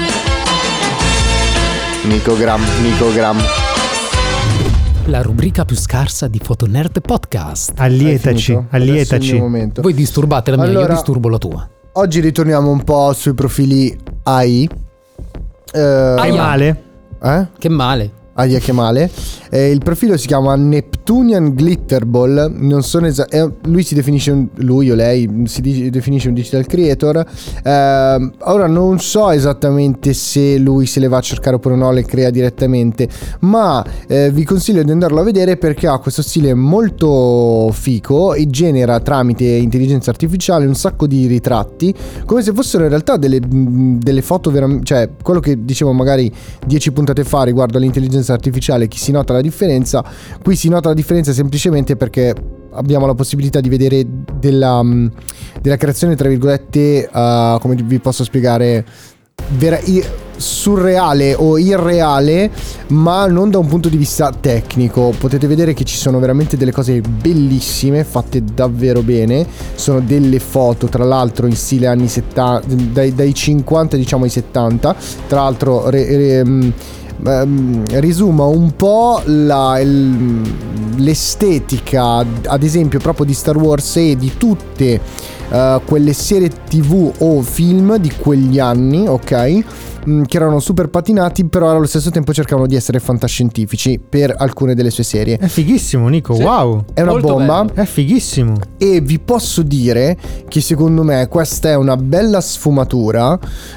Nicogram, Nicogram. La rubrica più scarsa di Fotonerd Podcast. Allietaci, Hai finito? Adesso è il allietaci. mio momento. Voi disturbate la mia, Allora- io disturbo la tua. Oggi ritorniamo un po' sui profili A I. Eh, Che Aia. male. eh? Che male. Aia, che male. Eh, il profilo si chiama Neptunian Glitterball. Non sono esa- eh, lui si definisce un, lui o lei si di- definisce un digital creator. Eh, ora non so esattamente se lui se le va a cercare oppure no, le crea direttamente, ma eh, vi consiglio di andarlo a vedere perché ha questo stile molto fico e genera tramite intelligenza artificiale un sacco di ritratti come se fossero in realtà delle, delle foto veramente, cioè quello che dicevo magari dieci puntate fa riguardo all'intelligenza artificiale, chi si nota la differenza, qui si nota la differenza semplicemente perché abbiamo la possibilità di vedere della, della creazione tra virgolette, uh, come vi posso spiegare, vera- i- surreale o irreale, ma non da un punto di vista tecnico. Potete vedere che ci sono veramente delle cose bellissime fatte davvero bene. Sono delle foto tra l'altro in stile anni settanta, dai, dai cinquanta diciamo ai settanta, tra l'altro re, re, ehm, risuma un po' la, il- l'estetica ad esempio proprio di Star Wars e di tutte eh, quelle serie tv o film di quegli anni, ok, mm, che erano super patinati però allo stesso tempo cercavano di essere fantascientifici per alcune delle sue serie. È fighissimo, Nico. Sì. Wow. È una Molto bomba. bello. È fighissimo. E vi posso dire che secondo me questa è una bella sfumatura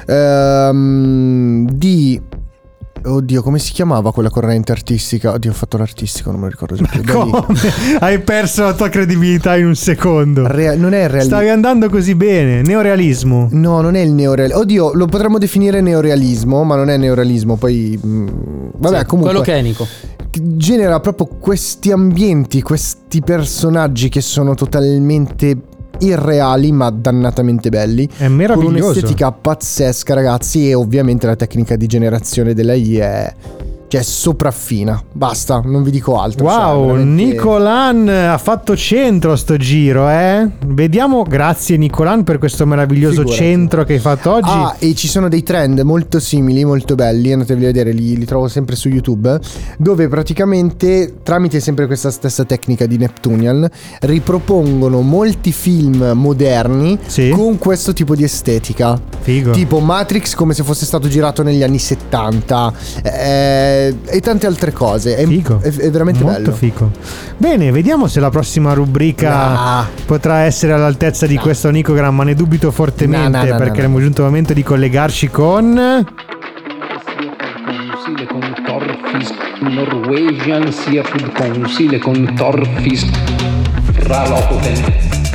ehm, di... Oddio, come si chiamava quella corrente artistica? Oddio, ho fatto l'artistico, non me lo ricordo più. Da lì. Come? Hai perso la tua credibilità in un secondo. Rea- non è realismo. Stavi andando così bene. Neorealismo. No, non è il neorealismo. Oddio, lo potremmo definire neorealismo, ma non è neorealismo. Poi, mh, vabbè, Sì, comunque. quello che è, Nico. Genera proprio questi ambienti, questi personaggi che sono totalmente irreali ma dannatamente belli, È meraviglioso. con un'estetica pazzesca, ragazzi, e ovviamente la tecnica di generazione della I è, cioè, sopraffina. Basta, non vi dico altro. Wow, cioè, veramente- Nicolan ha fatto centro sto giro, eh? Vediamo, grazie Nicolan per questo meraviglioso Figurati. centro che hai fatto oggi. Ah, e ci sono dei trend molto simili, molto belli, andatevi a vedere, li, li trovo sempre su YouTube, dove praticamente tramite sempre questa stessa tecnica di Neptunian ripropongono molti film moderni Sì. con questo tipo di estetica. Figo. Tipo Matrix come se fosse stato girato negli anni settanta, eh, e tante altre cose. È, Figo. è, è veramente Molto bello. figo. Bene, vediamo se la prossima rubrica Nah. potrà essere all'altezza di questo Nicogram, ma ne dubito fortemente, Nah, nah, nah, perché nah, è giunto il momento di collegarci con... Council con Torfisk, Norwegian Seafood Council con Torfisk, Fralokoten,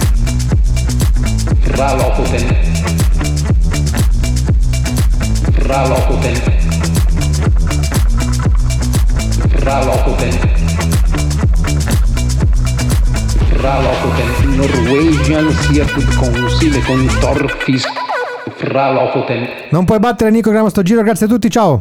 Fralokoten, Fralokoten, Fralokoten, Fralokoten, Norwegian Seafood Council con Torfisk, Fralokoten. Non puoi battere Nicogram sto giro, grazie a tutti, ciao.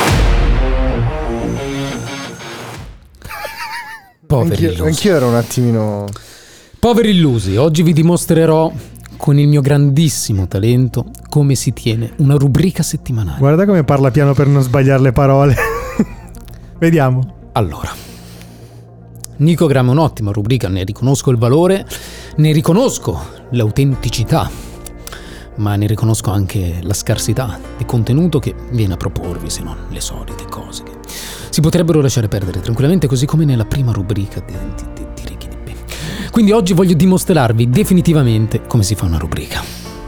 Poveri Anch'io, illusi. anch'io ero un attimino... Poveri illusi, oggi vi dimostrerò con il mio grandissimo talento come si tiene una rubrica settimanale. Guarda come parla piano per non sbagliare le parole. Vediamo. Allora, Nicogram è un'ottima rubrica, ne riconosco il valore, ne riconosco l'autenticità, ma ne riconosco anche la scarsità di contenuto che viene a proporvi, se non le solite cose che si potrebbero lasciare perdere tranquillamente, così come nella prima rubrica di, di, di, di Ricky D P. Quindi oggi voglio dimostrarvi definitivamente come si fa una rubrica.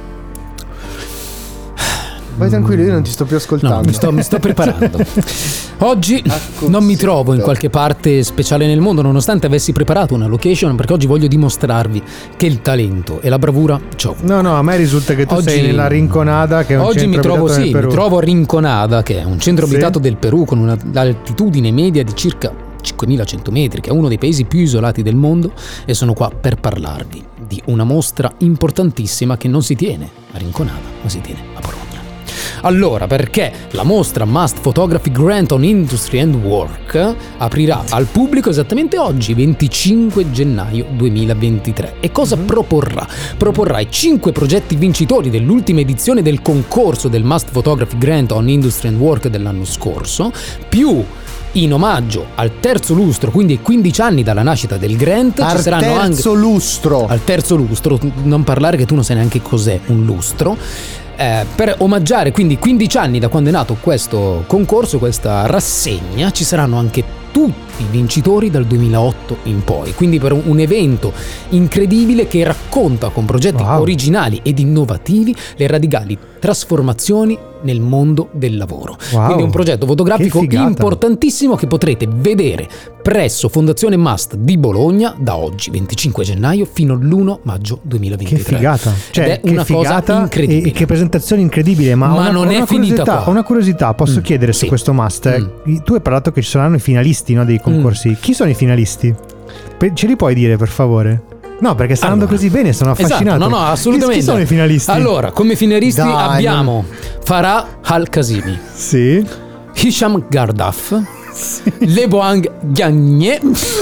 Vai tranquillo, io non ti sto più ascoltando. No, mi sto, mi sto preparando. Oggi non mi trovo in qualche parte speciale nel mondo, nonostante avessi preparato una location, perché oggi voglio dimostrarvi che il talento e la bravura c'ho. No, no, a me risulta che tu Oggi- sei nella Rinconada, che è un Oggi centro mi trovo, abitato nel sì, Perù. mi trovo a Rinconada, che è un centro Sì. abitato del Perù con un'altitudine media di circa cinquemilacento metri, che è uno dei paesi più isolati del mondo, e sono qua per parlarvi di una mostra importantissima che non si tiene a Rinconada, ma si tiene a Bologna. Allora, perché la mostra Must Photography Grant on Industry and Work aprirà al pubblico esattamente oggi, venticinque gennaio duemilaventitré. E cosa proporrà? Proporrà i cinque progetti vincitori dell'ultima edizione del concorso del Must Photography Grant on Industry and Work dell'anno scorso, più in omaggio al terzo lustro, quindi ai quindici anni dalla nascita del grant, Al ci saranno terzo anche lustro. al terzo lustro, non parlare che tu non sai neanche cos'è un lustro. Eh, per omaggiare quindi quindici anni da quando è nato questo concorso, questa rassegna, ci saranno anche tutti i vincitori dal duemilaotto in poi, quindi per un, un evento incredibile che racconta con progetti Wow. originali ed innovativi le radicali trasformazioni nel mondo del lavoro. Wow. Quindi un progetto fotografico Che figata. importantissimo che potrete vedere presso Fondazione Must di Bologna da oggi venticinque gennaio fino all'primo maggio Che duemilaventitré. figata, cioè Ed è che una figata cosa incredibile. e che presentazione incredibile. Ma, Ma una, non è una finita curiosità, qua. Una curiosità, posso Mm, chiedere su sì. questo Must? Mm. Tu hai parlato che ci saranno i finalisti, no, dei concorsi. Chi sono i finalisti? Pe- ce li puoi dire, per favore? No, perché sta andando Allora. così bene, sono affascinato. Esatto, no, no, assolutamente. Chi, chi sono i finalisti? Allora, come finalisti Dai, abbiamo Farah Al-Kazimi, Sì. Hisham Gardaf, Leboang Gagné,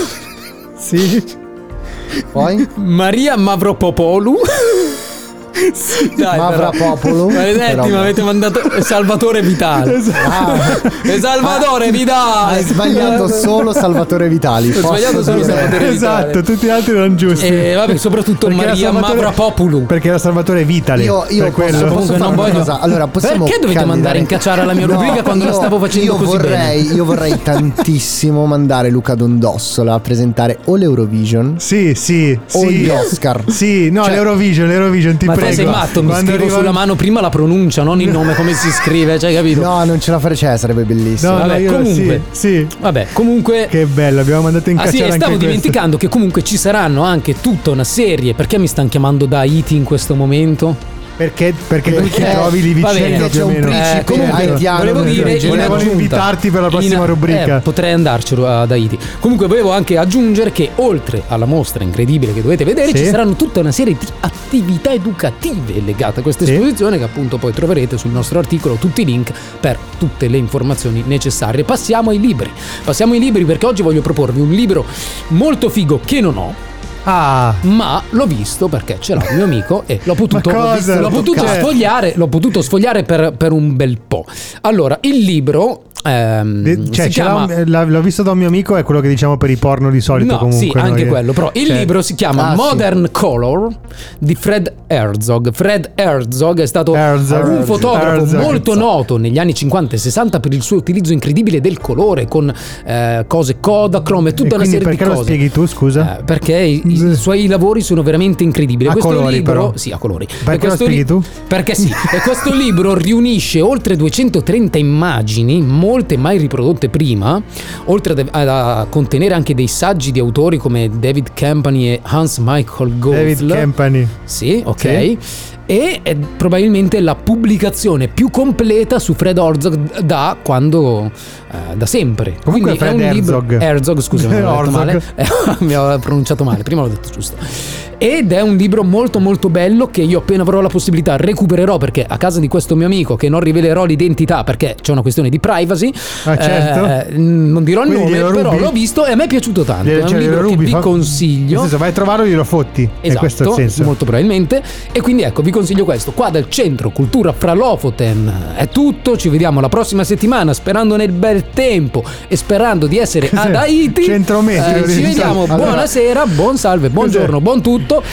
Sì. Poi? Maria Mavropopoulou. Dai, Mavropopoulou. Maledetti, Però- mi avete mandato Salvatore Vitale. Ah, E Salvatore Vitale. hai sbagliato solo Salvatore Vitali. Ho posso sbagliato solo dire. Salvatore Vitale. Esatto, tutti gli altri erano giusti. E vabbè, soprattutto Perché era Maria Salvatore- Mavropopoulou. Perché era Salvatore Vitale. Io, io per posso, quello. posso Comunque fare non una voglio- cosa. Allora, possiamo Perché dovete candidare- mandare in cacciara la mia rubrica quando la io- stavo facendo io così vorrei, bene? Io vorrei tantissimo mandare Luca Dondossola a presentare o l'Eurovision Sì, sì, o sì. gli Oscar. Sì, no, Cioè- l'Eurovision, l'Eurovision, ti Ma prego. te sei matto, mi Quando scrivo arriva- sulla mano prima la pronuncia, non il nome, come si scrive, cioè, capito? No, non ce la farei, cioè, sarebbe bellissimo. No, no, Vabbè, io comunque. sì, sì. Vabbè, comunque. Che bello, abbiamo mandato in Ah sì, cacciara e anche stavo questo. dimenticando che comunque ci saranno anche tutta una serie. Perché mi stanno chiamando da Haiti in questo momento? Perché, perché tu ti Perché- trovi lì va vicino bene, più c'è o un meno. principe Eh, comunque, haitiano volevo nel dire in genere. Volevano aggiunta- invitarti per la prossima in- rubrica. eh, potrei andarcelo ad Haiti. Comunque volevo anche aggiungere che oltre alla mostra incredibile che dovete vedere, Sì. ci saranno tutta una serie di attività educative legate a questa Sì. esposizione, che appunto poi troverete sul nostro articolo tutti i link per tutte le informazioni necessarie. Passiamo ai libri. Passiamo ai libri perché oggi voglio proporvi un libro molto figo che non ho. Ah, Ma l'ho visto perché ce l'ha un mio amico e l'ho potuto, Ma cosa? l'ho potuto Cioè- sfogliare, l'ho potuto sfogliare per, per un bel po'. Allora, il libro ehm, de- cioè, si ce l'ha chiama... un- l'ha- l'ho visto da un mio amico, è quello che diciamo per i porno di solito No, comunque. sì, no? anche Che- quello. Però il cioè- libro si chiama Ah, sì. Modern Color di Fred Herzog. Fred Herzog è stato Herzog. un fotografo Herzog. molto noto negli anni cinquanta e sessanta per il suo utilizzo incredibile del colore con eh, cose Kodachrome e tutta E una quindi serie di perché lo cose. spieghi tu, scusa? Eh, perché i, i suoi lavori sono veramente incredibili. A questo colori, libro, però. sì, a colori. Perché E questo lo spieghi tu? Perché sì. E questo libro riunisce oltre duecentotrenta immagini, molte mai riprodotte prima, oltre ad- a, a contenere anche dei saggi di autori come David Campany e Hans Michael David Goldl. Campany. Sì, ok. Sì. E è probabilmente la pubblicazione più completa su Fred Herzog da quando eh, da sempre. Comunque Quindi è Fred un libro Herzog. Herzog, scusa, mi ho detto Herzog. male. Eh, mi ho pronunciato male, prima l'ho detto giusto. Ed è un libro molto molto bello che io appena avrò la possibilità recupererò, perché a casa di questo mio amico, che non rivelerò l'identità perché c'è una questione di privacy, Ah, certo. eh, non dirò il Quindi nome, glielo però rubi? l'ho visto e a me è piaciuto tanto. Glielo- È un cioè, glielo libro che rubi, vi fa- consiglio. Nel senso, vai a trovarlo e glielo fotti. Esatto, è questo il senso. molto probabilmente. E quindi ecco, vi consiglio questo. Qua dal Centro Cultura Fra Lofoten è tutto. Ci vediamo la prossima settimana, sperando nel bel tempo e sperando di essere ad Haiti. Centro meteo, Eh, ci risulta- vediamo. Allora- Buonasera, buon salve, buongiorno, buon tutto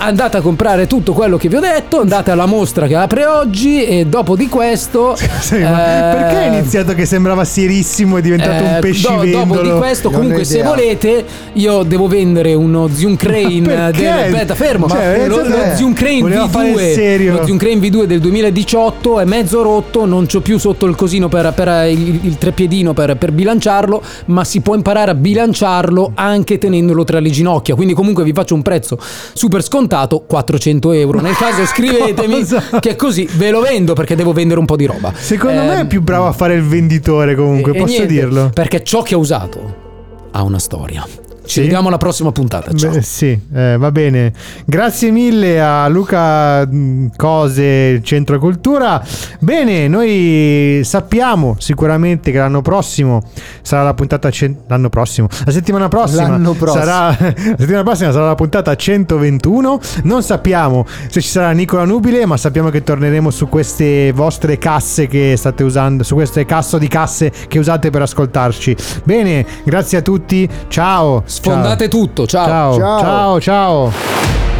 andate a comprare tutto quello che vi ho detto, andate alla mostra che apre oggi e dopo di questo sì, ma eh, perché è iniziato che sembrava serissimo e è diventato eh, un pescivendolo? do, dopo di questo Non comunque ho se idea. volete io devo vendere uno Zhiyun Crane Perché? del, aspetta fermo Cioè, lo, lo eh, Zhiyun Crane voleva fare il V due serio. lo Zhiyun Crane V due del duemiladiciotto è mezzo rotto, non c'ho più sotto il cosino per, per il, il trepiedino per, per bilanciarlo, ma si può imparare a bilanciarlo anche tenendolo tra le ginocchia, quindi comunque vi faccio un prezzo super scontato, quattrocento euro. Nel caso scrivetemi Cosa? che così ve lo vendo perché devo vendere un po' di roba. Secondo Eh, me è più bravo a fare il venditore comunque, e posso niente, dirlo? Perché ciò che ha usato ha una storia. Ci Sì? vediamo alla prossima puntata. Ciao. Beh, sì, eh, va bene. Grazie mille a Luca mh, Cose Centro Cultura. Bene, noi sappiamo sicuramente che l'anno prossimo sarà la puntata cen- l'anno prossimo, la settimana prossima L'anno prossimo. sarà la settimana prossima sarà la puntata centoventuno. Non sappiamo se ci sarà Nicola Nubile, ma sappiamo che torneremo su queste vostre casse che state usando, su queste casso di casse che usate per ascoltarci. Bene, grazie a tutti. Ciao. Sfondate tutto, ciao. Ciao, ciao, ciao. ciao.